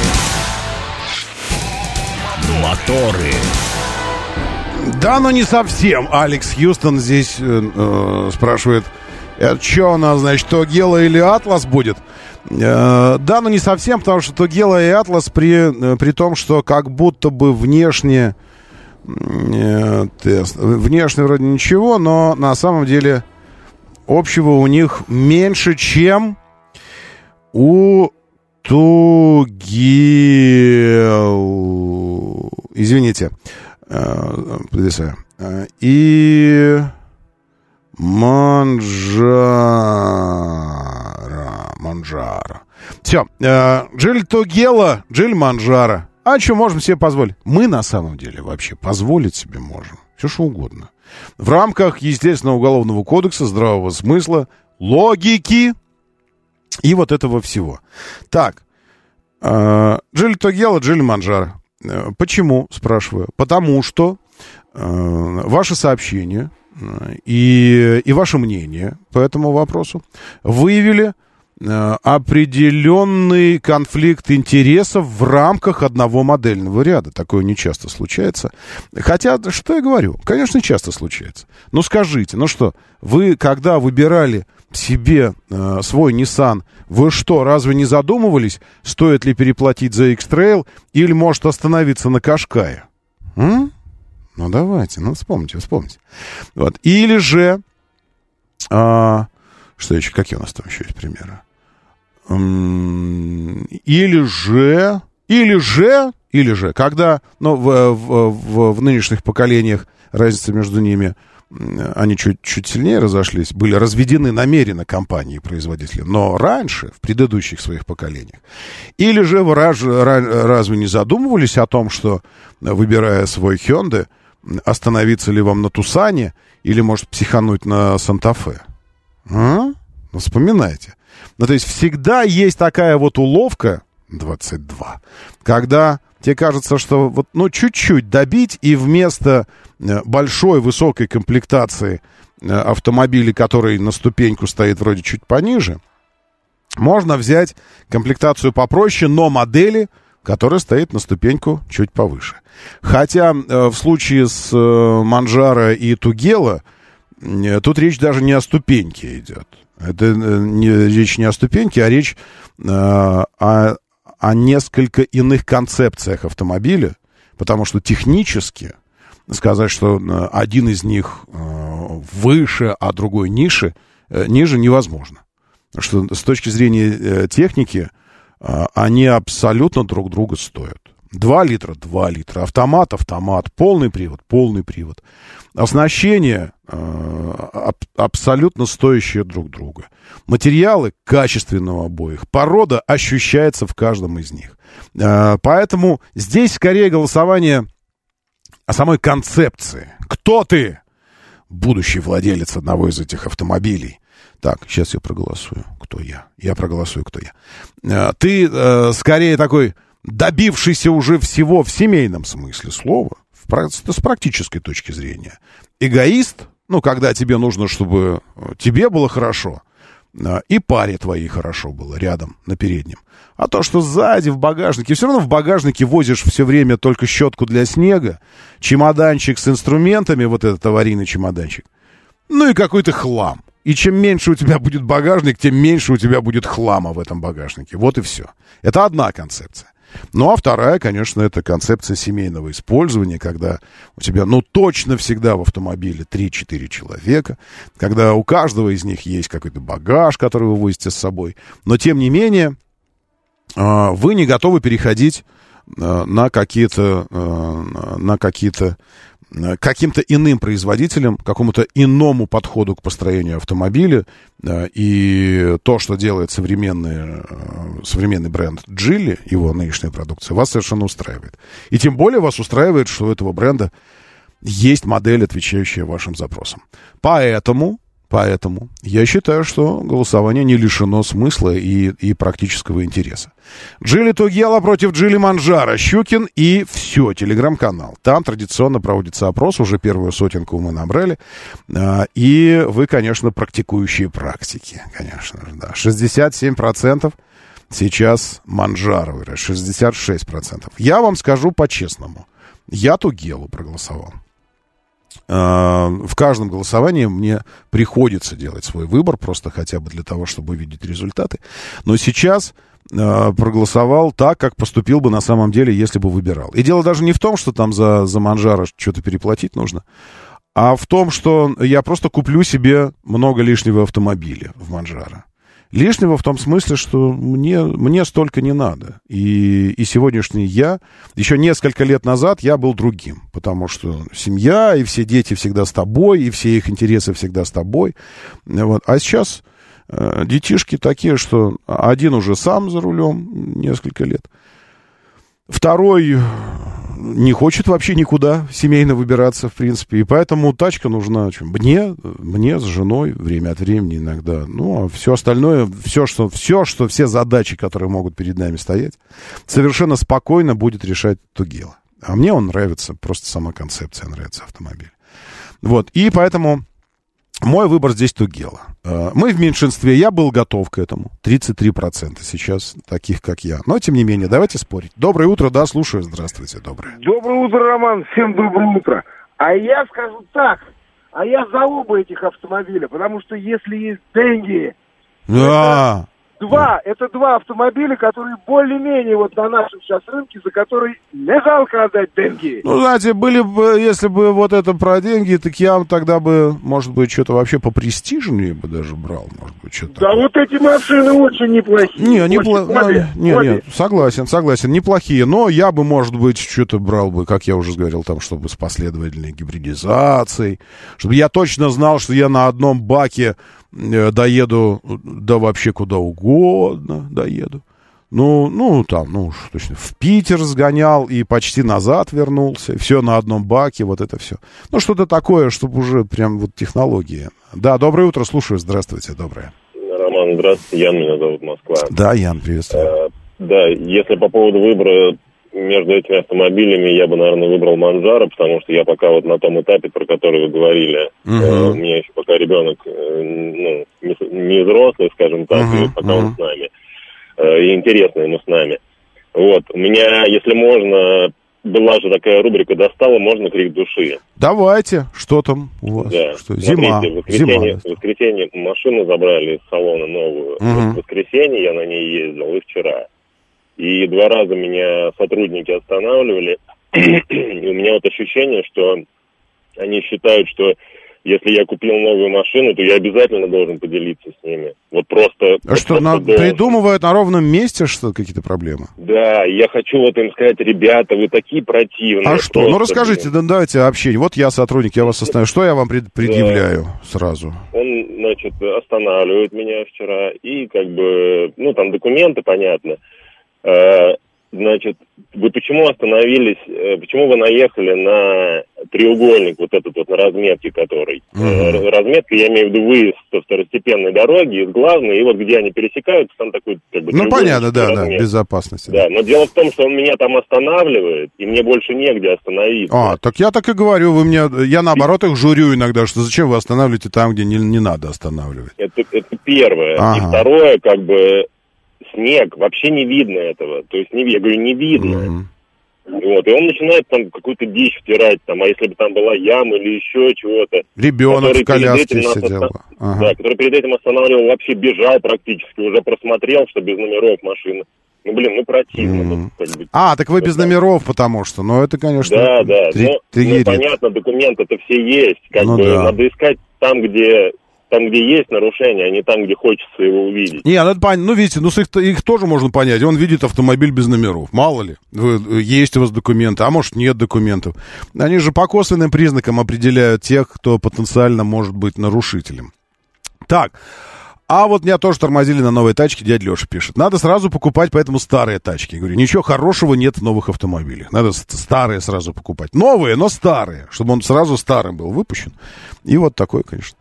Моторы. Да, но не совсем. Алекс Хьюстон здесь э, э, спрашивает, это что у нас, значит, Тогела или Атлас будет? Э, да, но не совсем, потому что Тогела и Атлас при, э, при том, что как будто бы внешне э, тест, внешне вроде ничего, но на самом деле общего у них меньше, чем у Тугел. Извините. Подвисаю. И Манжара. Манжара. Все. Джиль Тогела, Джиль Манжара. А что можем себе позволить? Мы на самом деле вообще позволить себе можем. Все что угодно. В рамках, естественно, Уголовного кодекса, здравого смысла, логики и вот этого всего. Так. Джиль Тогела, Джиль Манжара. Почему, спрашиваю? Потому что э, ваше сообщение э, и, и ваше мнение по этому вопросу выявили э, определенный конфликт интересов в рамках одного модельного ряда. Такое нечасто случается. Хотя, что я говорю? Конечно, часто случается. Но скажите, ну что, вы, когда выбирали себе э, свой Nissan, вы что, разве не задумывались, стоит ли переплатить за X-Trail или может остановиться на Кашкае? М? Ну, давайте, ну, вспомните, вспомните. Вот. Или же... А, что еще? Какие у нас там еще есть примеры? М- или же... Или же... Или же, когда... Ну, в, в, в, в нынешних поколениях разница между ними... Они чуть-чуть сильнее разошлись, были разведены намеренно компании и производители, но раньше, в предыдущих своих поколениях. Или же вы раз, разве не задумывались о том, что, выбирая свой Hyundai, остановиться ли вам на Тусане или, может, психануть на Санта-Фе? А? Ну, вспоминайте. Ну, то есть всегда есть такая вот уловка, двадцать два, когда тебе кажется, что вот, ну, чуть-чуть добить, и вместо большой высокой комплектации автомобиля, который на ступеньку стоит вроде чуть пониже, можно взять комплектацию попроще, но модели, которая стоит на ступеньку чуть повыше. Хотя в случае с Манжаро и Тугела тут речь даже не о ступеньке идет. Это не, речь не о ступеньке, а речь о, о несколько иных концепциях автомобиля, потому что технически сказать, что один из них выше, а другой ниже, ниже невозможно. Потому что с точки зрения техники они абсолютно друг друга стоят. два литра, два литра, автомат, автомат, полный привод, полный привод. Оснащение абсолютно стоящие друг друга. Материалы качественные у обоих. Порода ощущается в каждом из них. Поэтому здесь скорее голосование о самой концепции. Кто ты? Будущий владелец одного из этих автомобилей. Так, сейчас я проголосую. Кто я? Я проголосую, кто я. Ты э, скорее такой добившийся уже всего в семейном смысле слова, в, с практической точки зрения. Эгоист, ну, когда тебе нужно, чтобы тебе было хорошо, э, и паре твоей хорошо было рядом, на переднем. А то, что сзади, в багажнике, все равно в багажнике возишь все время только щетку для снега, чемоданчик с инструментами, вот этот аварийный чемоданчик, ну и какой-то хлам. И чем меньше у тебя будет багажник, тем меньше у тебя будет хлама в этом багажнике. Вот и все. Это одна концепция. Ну, а вторая, конечно, это концепция семейного использования, когда у тебя, ну, точно всегда в автомобиле три-четыре человека, когда у каждого из них есть какой-то багаж, который вы возите с собой. Но, тем не менее, вы не готовы переходить на какие-то, на какие-то, каким-то иным производителям, какому-то иному подходу к построению автомобиля. И то, что делает современный, современный бренд Geely, его нынешняя продукция, вас совершенно устраивает. И тем более вас устраивает, что у этого бренда есть модель, отвечающая вашим запросам. Поэтому, Поэтому я считаю, что голосование не лишено смысла и, и практического интереса. Джили Тугела против Джили Манджаро. Щукин и все, телеграм-канал. Там традиционно проводится опрос, уже первую сотенку мы набрали. И вы, конечно, практикующие практики, конечно же, да. шестьдесят семь процентов сейчас Манджаро, шестьдесят шесть процентов. Я вам скажу по-честному. Я Тугелу проголосовал. В каждом голосовании мне приходится делать свой выбор, просто хотя бы для того, чтобы увидеть результаты. Но сейчас э, проголосовал так, как поступил бы на самом деле, если бы выбирал. И дело даже не в том, что там за, за Манджаро что-то переплатить нужно, а в том, что я просто куплю себе много лишнего автомобиля в Манджаро. Лишнего в том смысле, что мне, мне столько не надо. И, и сегодняшний я, еще несколько лет назад я был другим, потому что семья, и все дети всегда с тобой, и все их интересы всегда с тобой. Вот. А сейчас э, детишки такие, что один уже сам за рулем несколько лет, второй не хочет вообще никуда семейно выбираться, в принципе. И поэтому тачка нужна мне, мне с женой время от времени иногда. Ну, а все остальное, все что, все, что, все задачи, которые могут перед нами стоять, совершенно спокойно будет решать Тугела. А мне он нравится, просто сама концепция нравится автомобиль. Вот, и поэтому мой выбор здесь Тугела. Мы в меньшинстве, я был готов к этому. тридцать три процента сейчас таких, как я. Но, тем не менее, давайте спорить. Доброе утро, да, слушаю. Здравствуйте, доброе. Доброе утро, Роман. Всем доброе утро. А я скажу так. А я за оба этих автомобиля, потому что если есть деньги... Да. Два, это два автомобиля, которые более-менее вот на нашем сейчас рынке, за которые не жалко отдать деньги. Ну, знаете, были бы, если бы вот это про деньги, так я тогда бы, может быть, что-то вообще попрестижнее бы даже брал, может быть, что-то. Да такое. Вот эти машины очень неплохие. Не, неплохие. Не, не, согласен, согласен, неплохие, но я бы, может быть, что-то брал бы, как я уже говорил, там, чтобы с последовательной гибридизацией, чтобы я точно знал, что я на одном баке доеду, да вообще куда угодно доеду. Ну, ну, там, ну, уж точно, в Питер сгонял и почти назад вернулся. Все на одном баке, вот это все. Ну, что-то такое, чтобы уже прям вот технологии. Да, доброе утро, слушаю, здравствуйте, доброе. Роман, здравствуйте, Ян, меня зовут, Москва. Да, Ян, приветствую. А, да, если по поводу выбора между этими автомобилями, я бы, наверное, выбрал Манджаро, потому что я пока вот на том этапе, про который вы говорили, uh-huh. э, у меня еще пока ребенок э, ну, не, не взрослый, скажем так, uh-huh. и пока uh-huh. он с нами, э, и интересно ему с нами. Вот, у меня, если можно, была же такая рубрика «Достала, можно крик души». Давайте, что там у вас? Да. Что? Смотрите, Зима. В воскресенье, Зима. В воскресенье машину забрали из салона новую. Uh-huh. В воскресенье я на ней ездил, и вчера. И два раза меня сотрудники останавливали, и у меня вот ощущение, что они считают, что если я купил новую машину, то я обязательно должен поделиться с ними. Вот просто... А что, просто на, должен. Придумывают на ровном месте, что какие-то проблемы? Да, я хочу вот им сказать, ребята, вы такие противные. А что? Ну расскажите, да, давайте общение. Вот я сотрудник, я вас остановлю. Что я вам пред, предъявляю да. сразу? Он, значит, останавливает меня вчера, и как бы, ну там документы, понятно. Значит, вы почему остановились, почему вы наехали на треугольник, вот этот вот, на разметке который? Uh-huh. Разметка, я имею в виду выезд со второстепенной дороги, из главной, и вот где они пересекаются, там такой, как бы, ну, понятно, да, да, безопасности. Да, но дело в том, что он меня там останавливает, и мне больше негде остановиться. А, так я так и говорю, вы мне, я наоборот их журю иногда, что зачем вы останавливаете там, где не, не надо останавливать? Это, это первое. Ага. И второе, как бы... Снег, вообще не видно этого. То есть, не, я говорю, не видно. Mm-hmm. Вот, и он начинает там какую-то дичь втирать, там, а если бы там была яма или еще чего-то. Ребенок в коляске сидел. Оста... Ага. Да, который перед этим останавливал, вообще бежал практически, уже просмотрел, что без номеров машина. Ну, блин, ну противно. Mm-hmm. Вот, как бы, а, так вы без так. номеров, потому что, ну, это, конечно, да, да. Три... Ну, ну, понятно, документы-то все есть. Как ну, бы да. надо искать там, где... Там, где есть нарушение, а не там, где хочется его увидеть. Не, ну, пон... ну видите, ну их, их тоже можно понять. Он видит автомобиль без номеров. Мало ли, есть у вас документы, а может нет документов. Они же по косвенным признакам определяют тех, кто потенциально может быть нарушителем. Так, а вот меня тоже тормозили на новой тачке, дядя Леша пишет. Надо сразу покупать поэтому старые тачки. Я говорю, ничего хорошего нет в новых автомобилях. Надо старые сразу покупать. Новые, но старые, чтобы он сразу старым был выпущен. И вот такой, конечно...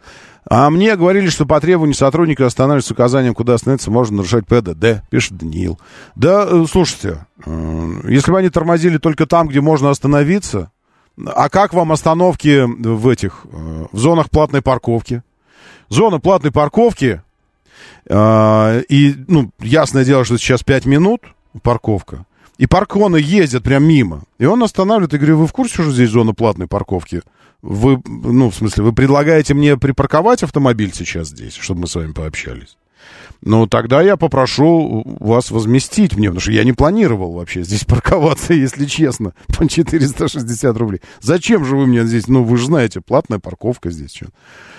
А мне говорили, что по требованию сотрудника останавливать с указанием, куда остановиться, можно нарушать ПДД, пишет Даниил. Да, слушайте, если бы они тормозили только там, где можно остановиться, а как вам остановки в этих, в зонах платной парковки? Зона платной парковки, и, ну, ясное дело, что сейчас пять минут парковка, и парконы ездят прям мимо, и он останавливает, и говорю, вы в курсе, что здесь зона платной парковки? Вы, ну, в смысле, вы предлагаете мне припарковать автомобиль сейчас здесь, чтобы мы с вами пообщались? Ну, тогда я попрошу вас возместить мне, потому что я не планировал вообще здесь парковаться, если честно, по четыреста шестьдесят рублей. Зачем же вы мне здесь, ну, вы же знаете, платная парковка здесь, что?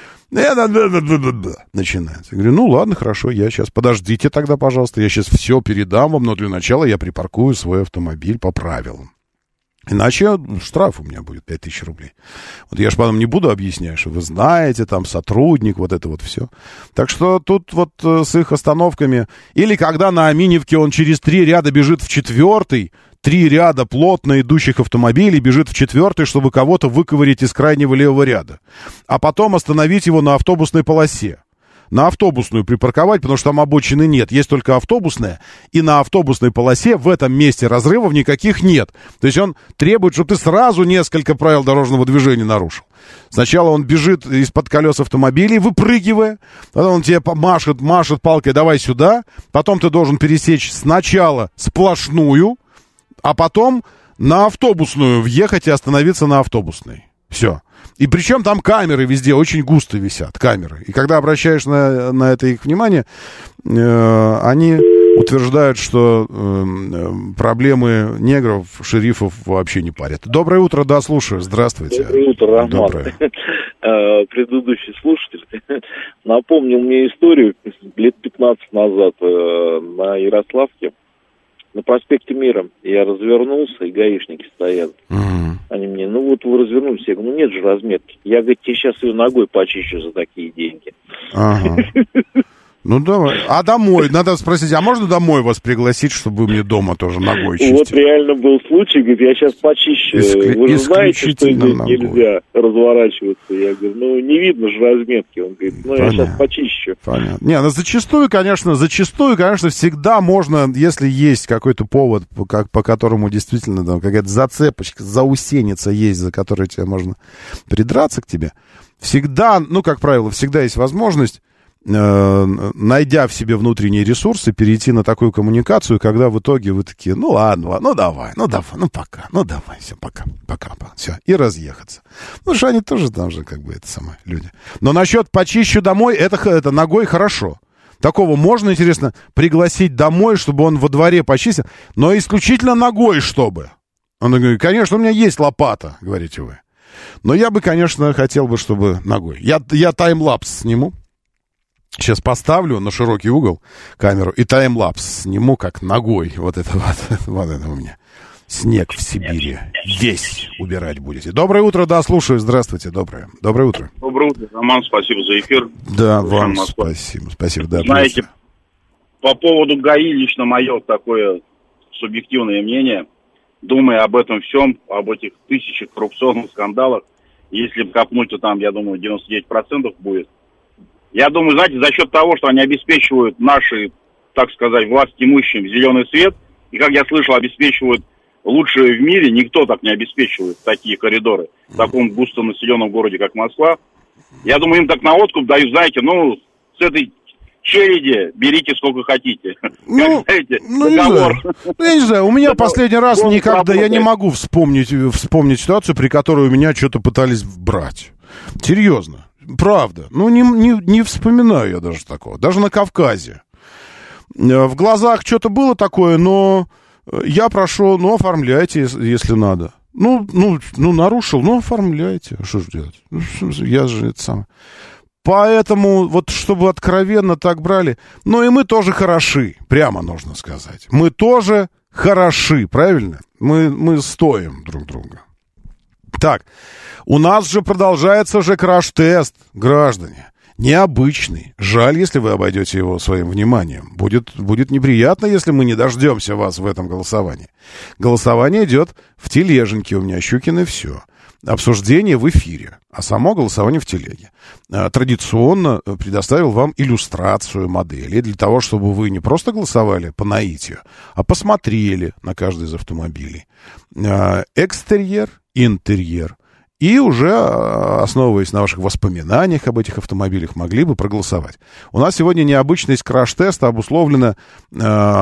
Начинается. Я говорю, ну, ладно, хорошо, я сейчас, подождите тогда, пожалуйста, я сейчас все передам вам, но для начала я припаркую свой автомобиль по правилам. Иначе штраф у меня будет пять тысяч рублей. Вот я же потом не буду объяснять, что вы знаете, там, сотрудник, вот это вот все. Так что тут вот с их остановками... Или когда на Аминевке он через три ряда бежит в четвертый, три ряда плотно идущих автомобилей бежит в четвертый, чтобы кого-то выковырять из крайнего левого ряда. А потом остановить его на автобусной полосе. На автобусную припарковать, потому что там обочины нет. Есть только автобусная. И на автобусной полосе в этом месте разрывов никаких нет. То есть он требует, чтобы ты сразу несколько правил дорожного движения нарушил. Сначала он бежит из-под колес автомобилей, выпрыгивая. Потом он тебе машет, машет палкой, давай сюда. Потом ты должен пересечь сначала сплошную, а потом на автобусную въехать и остановиться на автобусной. Все. И причем там камеры везде очень густо висят, камеры. И когда обращаешь на, на это их внимание, э, они утверждают, что э, проблемы негров, шерифов вообще не парят. Доброе утро, да, слушаю. Здравствуйте. Доброе утро, Роман. Доброе. Предыдущий слушатель напомнил мне историю лет пятнадцать назад на Ярославке. На проспекте Мира я развернулся, и гаишники стоят. Mm-hmm. Они мне, ну вот вы развернулись. Я говорю, ну нет же разметки. Я, говорю, тебе сейчас ее ногой почищу за такие деньги. Ага. Ну, давай. А домой? Надо спросить, а можно домой вас пригласить, чтобы вы мне дома тоже ногой чистили? Вот реально был случай, говорит, я сейчас почищу. Искли... Вы же знаете, что здесь ногой. Нельзя разворачиваться. Я говорю, ну, не видно же разметки. Он говорит, ну, Понятно. Я сейчас почищу. Понятно. Не, ну, зачастую, конечно, зачастую, конечно, всегда можно, если есть какой-то повод, по, как, по которому действительно там какая-то зацепочка, заусеница есть, за которой тебе можно придраться к тебе, всегда, ну, как правило, всегда есть возможность, найдя в себе внутренние ресурсы, перейти на такую коммуникацию, когда в итоге вы такие, ну ладно, ладно, ну давай, ну давай, ну пока, ну давай, все, пока, пока, пока, все, и разъехаться. Ну что они тоже там же, как бы, это самое, люди. Но насчет почищу домой, это, это ногой хорошо. Такого можно, интересно, пригласить домой, чтобы он во дворе почистил, но исключительно ногой, чтобы. Он говорит, конечно, у меня есть лопата, говорите вы. Но я бы, конечно, хотел бы, чтобы ногой. Я, я таймлапс сниму. Сейчас поставлю на широкий угол камеру и таймлапс сниму как ногой. Вот это вот, вот это у меня. Снег в Сибири. Весь убирать будете. Доброе утро, да, слушаю. Здравствуйте, доброе. Доброе утро. Доброе утро, Роман, спасибо за эфир. Да, вам спасибо. Спасибо, да. Знаете, по поводу ГАИ лично мое такое субъективное мнение, думая об этом всем, об этих тысячах коррупционных скандалах, если бы копнуть, то там, я думаю, девяносто девять процентов будет. Я думаю, знаете, за счет того, что они обеспечивают наши, так сказать, власть имущим зеленый свет, и, как я слышал, обеспечивают лучшие в мире, никто так не обеспечивает такие коридоры в таком густонаселенном городе, как Москва. Я думаю, им так на откуп дают, знаете, ну, с этой череди берите сколько хотите. Ну, как, знаете, ну не знаю. Ну, я не знаю, у меня последний раз никогда, я не могу вспомнить, вспомнить ситуацию, при которой у меня что-то пытались брать. Серьезно. Правда. Ну, не, не, не вспоминаю я даже такого. Даже на Кавказе. В глазах что-то было такое, но я прошу, ну, оформляйте, если надо. Ну, ну, ну нарушил, ну, оформляйте. Что же делать? Я же это самое. Поэтому, вот, чтобы откровенно так брали, ну, и мы тоже хороши, прямо нужно сказать. Мы тоже хороши, правильно? Мы, мы стоим друг друга. Так, у нас же продолжается же краш-тест, граждане. Необычный. Жаль, если вы обойдете его своим вниманием. Будет, будет неприятно, если мы не дождемся вас в этом голосовании. Голосование идет в тележеньке у меня, Щукин и все. обсуждение в эфире, а само голосование в телеге. Традиционно предоставил вам иллюстрацию модели для того, чтобы вы не просто голосовали по наитию, а посмотрели на каждый из автомобилей. Экстерьер, интерьер. И уже, основываясь на ваших воспоминаниях об этих автомобилях, могли бы проголосовать. У нас сегодня необычность краш-теста обусловлена э,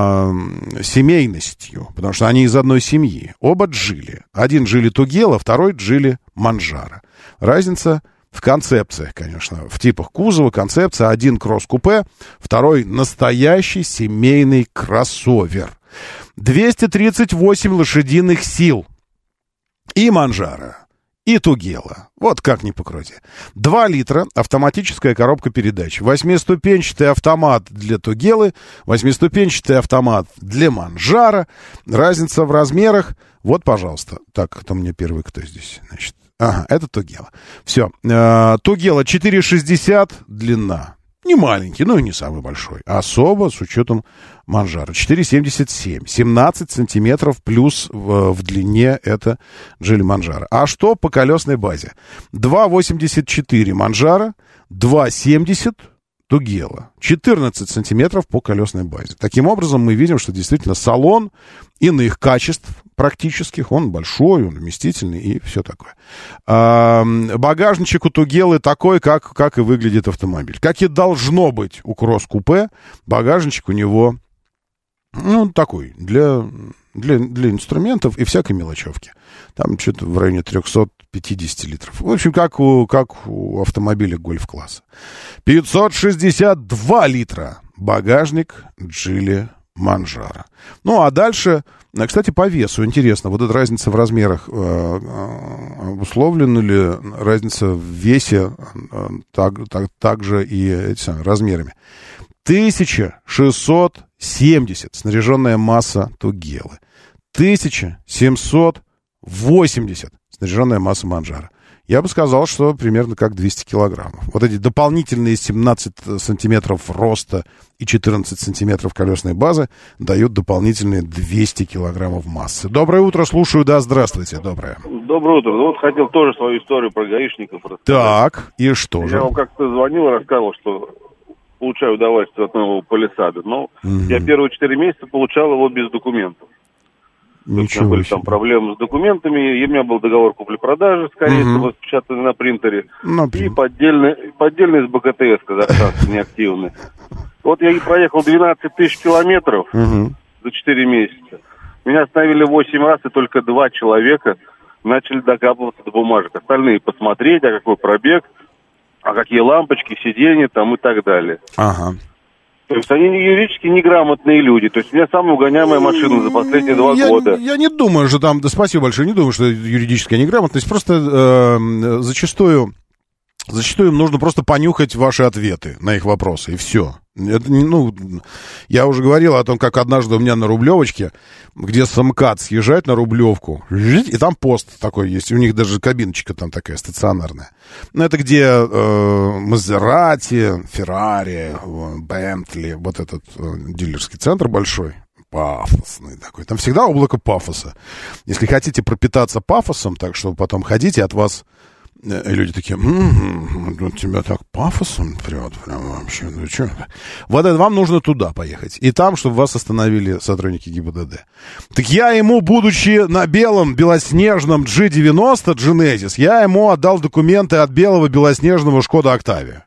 семейностью, потому что они из одной семьи. Оба Джили. Один Джили Тугело, второй Джили Манджаро. Разница в концепциях, конечно, в типах кузова, концепция. Один кросс-купе, второй настоящий семейный кроссовер. двести тридцать восемь лошадиных сил. И Манджаро, и Тугело. Вот как ни покрути. два литра, автоматическая коробка передач. Восьмиступенчатый автомат для Тугелы, восьмиступенчатый автомат для Манджаро. Разница в размерах. Вот, пожалуйста. Так, это у меня первый кто здесь? Значит, ага, это Тугело. Все. Тугело четыре шестьдесят длина. Не маленький, но и не самый большой. Особо с учетом Манджаро. четыре семьдесят семь. семнадцать сантиметров плюс в, в длине это Джили Манджаро. А что по колесной базе? два восемьдесят четыре Манджаро, два семьдесят Тугело. четырнадцать сантиметров по колесной базе. Таким образом, мы видим, что действительно салон иных качеств практических, он большой, он вместительный и все такое. А, багажничек у Тугелы такой, как, как и выглядит автомобиль. Как и должно быть у кросс-купе, багажничек у него, ну, такой, для, для, для инструментов и всякой мелочевки. Там что-то в районе триста пятьдесят литров. В общем, как у, как у автомобиля гольф-класса. пятьсот шестьдесят два литра багажник Джили Манджаро. Ну, а дальше, кстати, по весу, интересно, вот эта разница в размерах, обусловлена ли разница в весе так, так, также и эти самые размерами? тысяча шестьсот семьдесят снаряженная масса Тугелы. тысяча семьсот восемьдесят снаряженная масса Манджаро. Я бы сказал, что примерно как двести килограммов. Вот эти дополнительные семнадцать сантиметров роста и четырнадцать сантиметров колесной базы дают дополнительные двести килограммов массы. Доброе утро, слушаю, да, здравствуйте, доброе. Доброе утро. Ну, вот хотел тоже свою историю про гаишников рассказать. Так, и что же? Я вам как-то звонил и рассказывал, что получаю удовольствие от нового Палисада. Но mm-hmm. я первые четыре месяца получал его без документов. Ничего были себе. Там проблемы с документами, и у меня был договор купли-продажи с корейцем, угу. распечатанный на принтере, Например. и поддельный, поддельный с БКТС, казахстанский, неактивный. Вот я и проехал двенадцать тысяч километров угу. за четыре месяца. Меня остановили восемь раз, и только два человека начали докапываться до бумажек. Остальные посмотреть, а какой пробег, а какие лампочки, сиденья там и так далее. Ага. То есть они юридически неграмотные люди. То есть у меня самая угоняемая машина за последние два я, года. Я не думаю, что там... Да спасибо большое. Не думаю, что юридическая неграмотность. Просто э, зачастую... Зачастую им нужно просто понюхать ваши ответы на их вопросы, и все. Это, ну, я уже говорил о том, как однажды у меня на Рублевочке, где самокат съезжает на Рублевку, и там пост такой есть, у них даже кабиночка там такая стационарная. Ну, это где э, Мазерати, Феррари, Бентли, вот этот э, дилерский центр большой, пафосный такой. Там всегда облако пафоса. Если хотите пропитаться пафосом, так что потом ходите, от вас... И люди такие, м-м, тебя так пафосом прет, прям вообще, ну что? Вот это вам нужно туда поехать. И там, чтобы вас остановили сотрудники ГИБДД. Так я ему, будучи на белом белоснежном джи девяносто Genesis, я ему отдал документы от белого белоснежного Шкода Октавия.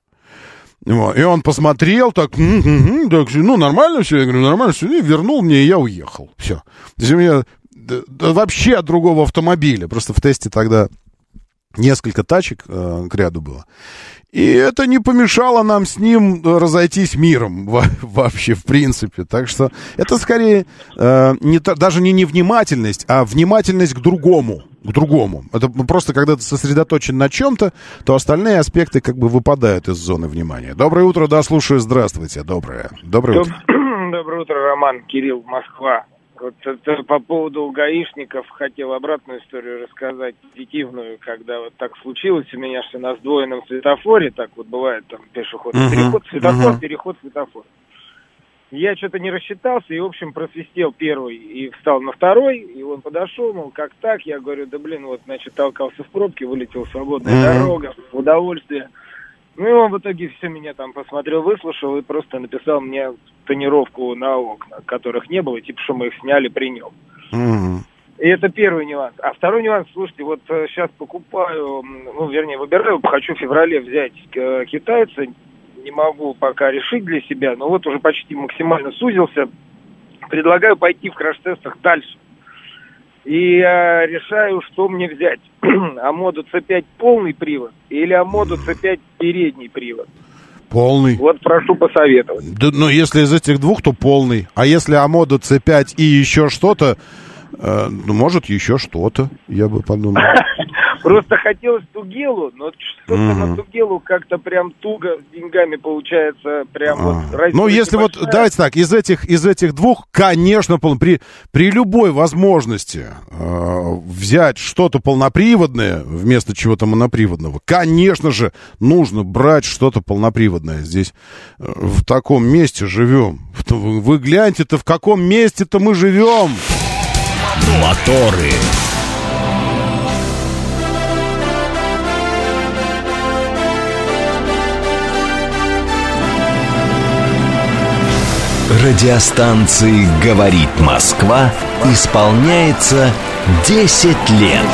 Вот. И он посмотрел, так, м-м-м, так, ну, нормально все? Я говорю, нормально все. И вернул мне, и я уехал. Все. То есть у меня да, да, вообще от другого автомобиля. Просто в тесте тогда... Несколько тачек э, к ряду было. И это не помешало нам с ним разойтись миром во- вообще, в принципе. Так что это скорее э, не та, даже не невнимательность, а внимательность к другому. К другому. Это просто когда ты сосредоточен на чем-то, то остальные аспекты как бы выпадают из зоны внимания. Доброе утро, да, слушаю. Здравствуйте. Доброе. Доброе Доб... утро. Доброе утро, Роман. Кирилл, Москва. Вот это по поводу гаишников хотел обратную историю рассказать, позитивную, когда вот так случилось у меня, что на сдвоенном светофоре, так вот бывает там пешеходный uh-huh. переход, светофор, uh-huh. переход, светофор. Я что-то не рассчитался и, в общем, просвистел первый и встал на второй, и он подошел, мол, как так? Я говорю, да блин, вот, значит, толкался в пробке, вылетела свободная mm-hmm. дорога, в удовольствие. Ну и он в итоге все меня там посмотрел, выслушал и просто написал мне тонировку на окна, которых не было, типа, что мы их сняли при нем. Mm-hmm. И это первый нюанс. А второй нюанс, слушайте, вот сейчас покупаю, ну, вернее, выбираю, хочу в феврале взять э, китайца, не могу пока решить для себя, но вот уже почти максимально сузился. Предлагаю пойти в краш-тестах дальше. И э, решаю, что мне взять. Амоду си пять полный привод или Амоду си пять передний привод? Полный. Вот прошу посоветовать. Да, ну, если из этих двух, то полный. А если Амоду си пять и еще что-то, э, ну, может, еще что-то, я бы подумал. Просто хотелось Тугелу, но что-то mm-hmm. на Тугелу как-то прям туго с деньгами получается. Прям а. вот разница. Ну, если большая. Вот, давайте так, из этих, из этих двух, конечно, при, при любой возможности э, взять что-то полноприводное вместо чего-то моноприводного, конечно же, нужно брать что-то полноприводное. Здесь э, в таком месте живем. Вы, вы гляньте-то, в каком месте-то мы живем. Моторы. Радиостанции «Говорит Москва» исполняется десять лет.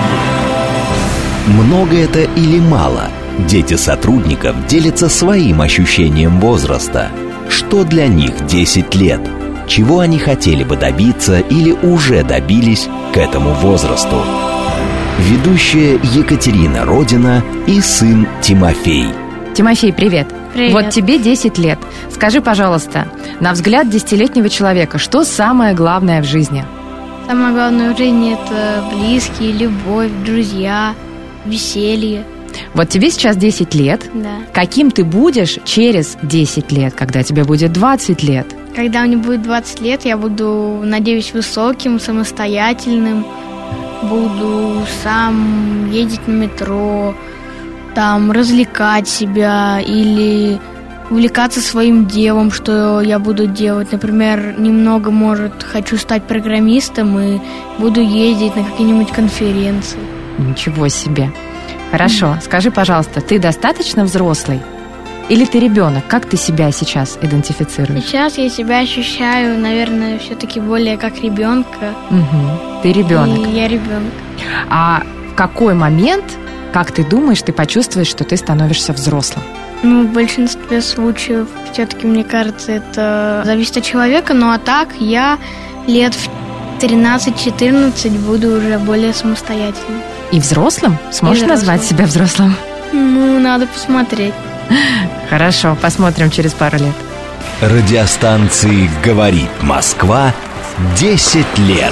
Много это или мало? Дети сотрудников делятся своим ощущением возраста. Что для них десять лет? Чего они хотели бы добиться или уже добились к этому возрасту? Ведущая Екатерина Родина и сын Тимофей. Тимофей, привет. Привет. Вот тебе десять лет. Скажи, пожалуйста, на взгляд десятилетнего человека, что самое главное в жизни? Самое главное в жизни – это близкие, любовь, друзья, веселье. Вот тебе сейчас десять лет. Да. Каким ты будешь через десять лет, когда тебе будет двадцать лет? Когда мне будет двадцать лет, я буду, надеюсь, высоким, самостоятельным. Буду сам ездить на метро, там, развлекать себя или увлекаться своим делом, что я буду делать. Например, немного, может, хочу стать программистом и буду ездить на какие-нибудь конференции. Ничего себе. Хорошо, mm-hmm. скажи, пожалуйста, ты достаточно взрослый? Или ты ребенок? Как ты себя сейчас идентифицируешь? Сейчас я себя ощущаю, наверное, все-таки более как ребенка. Угу. Ты ребенок. И я ребенок. А в какой момент, как ты думаешь, ты почувствуешь, что ты становишься взрослым? Ну, в большинстве случаев, все-таки, мне кажется, это зависит от человека. Ну, а так, я лет в тринадцать-четырнадцать буду уже более самостоятельным. И взрослым? Сможешь И взрослым. назвать себя взрослым? Ну, надо посмотреть. Хорошо, посмотрим через пару лет. Радиостанции «Говорит Москва» десять лет.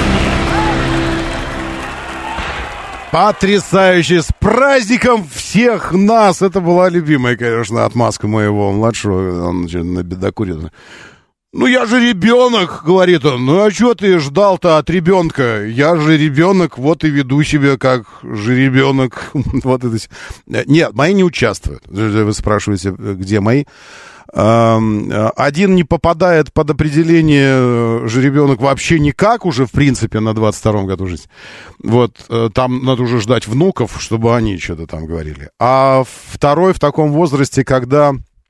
Потрясающе! С праздником всех нас! Это была любимая, конечно, отмазка моего младшего. Он набедокурит. Ну, я же ребенок, говорит он. Ну, а что ты ждал-то от ребенка? Я же ребенок, вот и веду себя как же ребенок. Вот это. Нет, мои не участвуют. Вы спрашиваете, где мои? Один не попадает под определение жеребенок вообще никак уже, в принципе, на двадцать втором году жизни. Вот, там надо уже ждать внуков, чтобы они что-то там говорили. А второй в таком возрасте, когда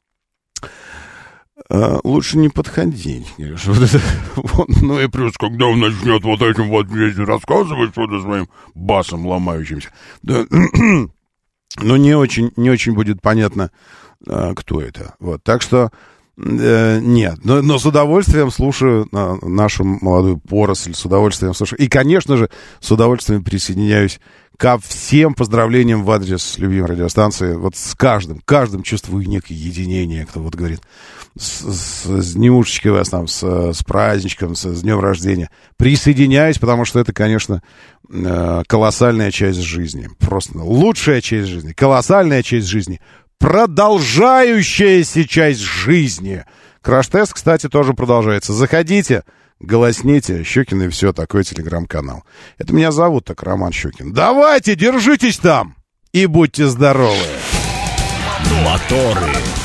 э, лучше не подходить. Вот это, вот, ну и плюс, когда он начнет вот этим вот рассказывать что-то с моим басом ломающимся, да, ну не очень, не очень будет понятно, кто это. Вот. Так что э, нет, но, но с удовольствием слушаю э, нашу молодую поросль, с удовольствием слушаю. И, конечно же, с удовольствием присоединяюсь ко всем поздравлениям в адрес любимой радиостанции. Вот с каждым, каждым чувствую некое единение, кто вот говорит, с, с, с днюшечкой вас там, с, с праздничком, с, с днем рождения. Присоединяюсь, потому что это, конечно, э, колоссальная часть жизни. Просто лучшая часть жизни, колоссальная часть жизни. Продолжающаяся часть жизни. Краш-тест, кстати, тоже продолжается. Заходите, голосните. Щекин и все, такой телеграм-канал. Это меня зовут так, Роман Щекин. Давайте, держитесь там и будьте здоровы. Моторы.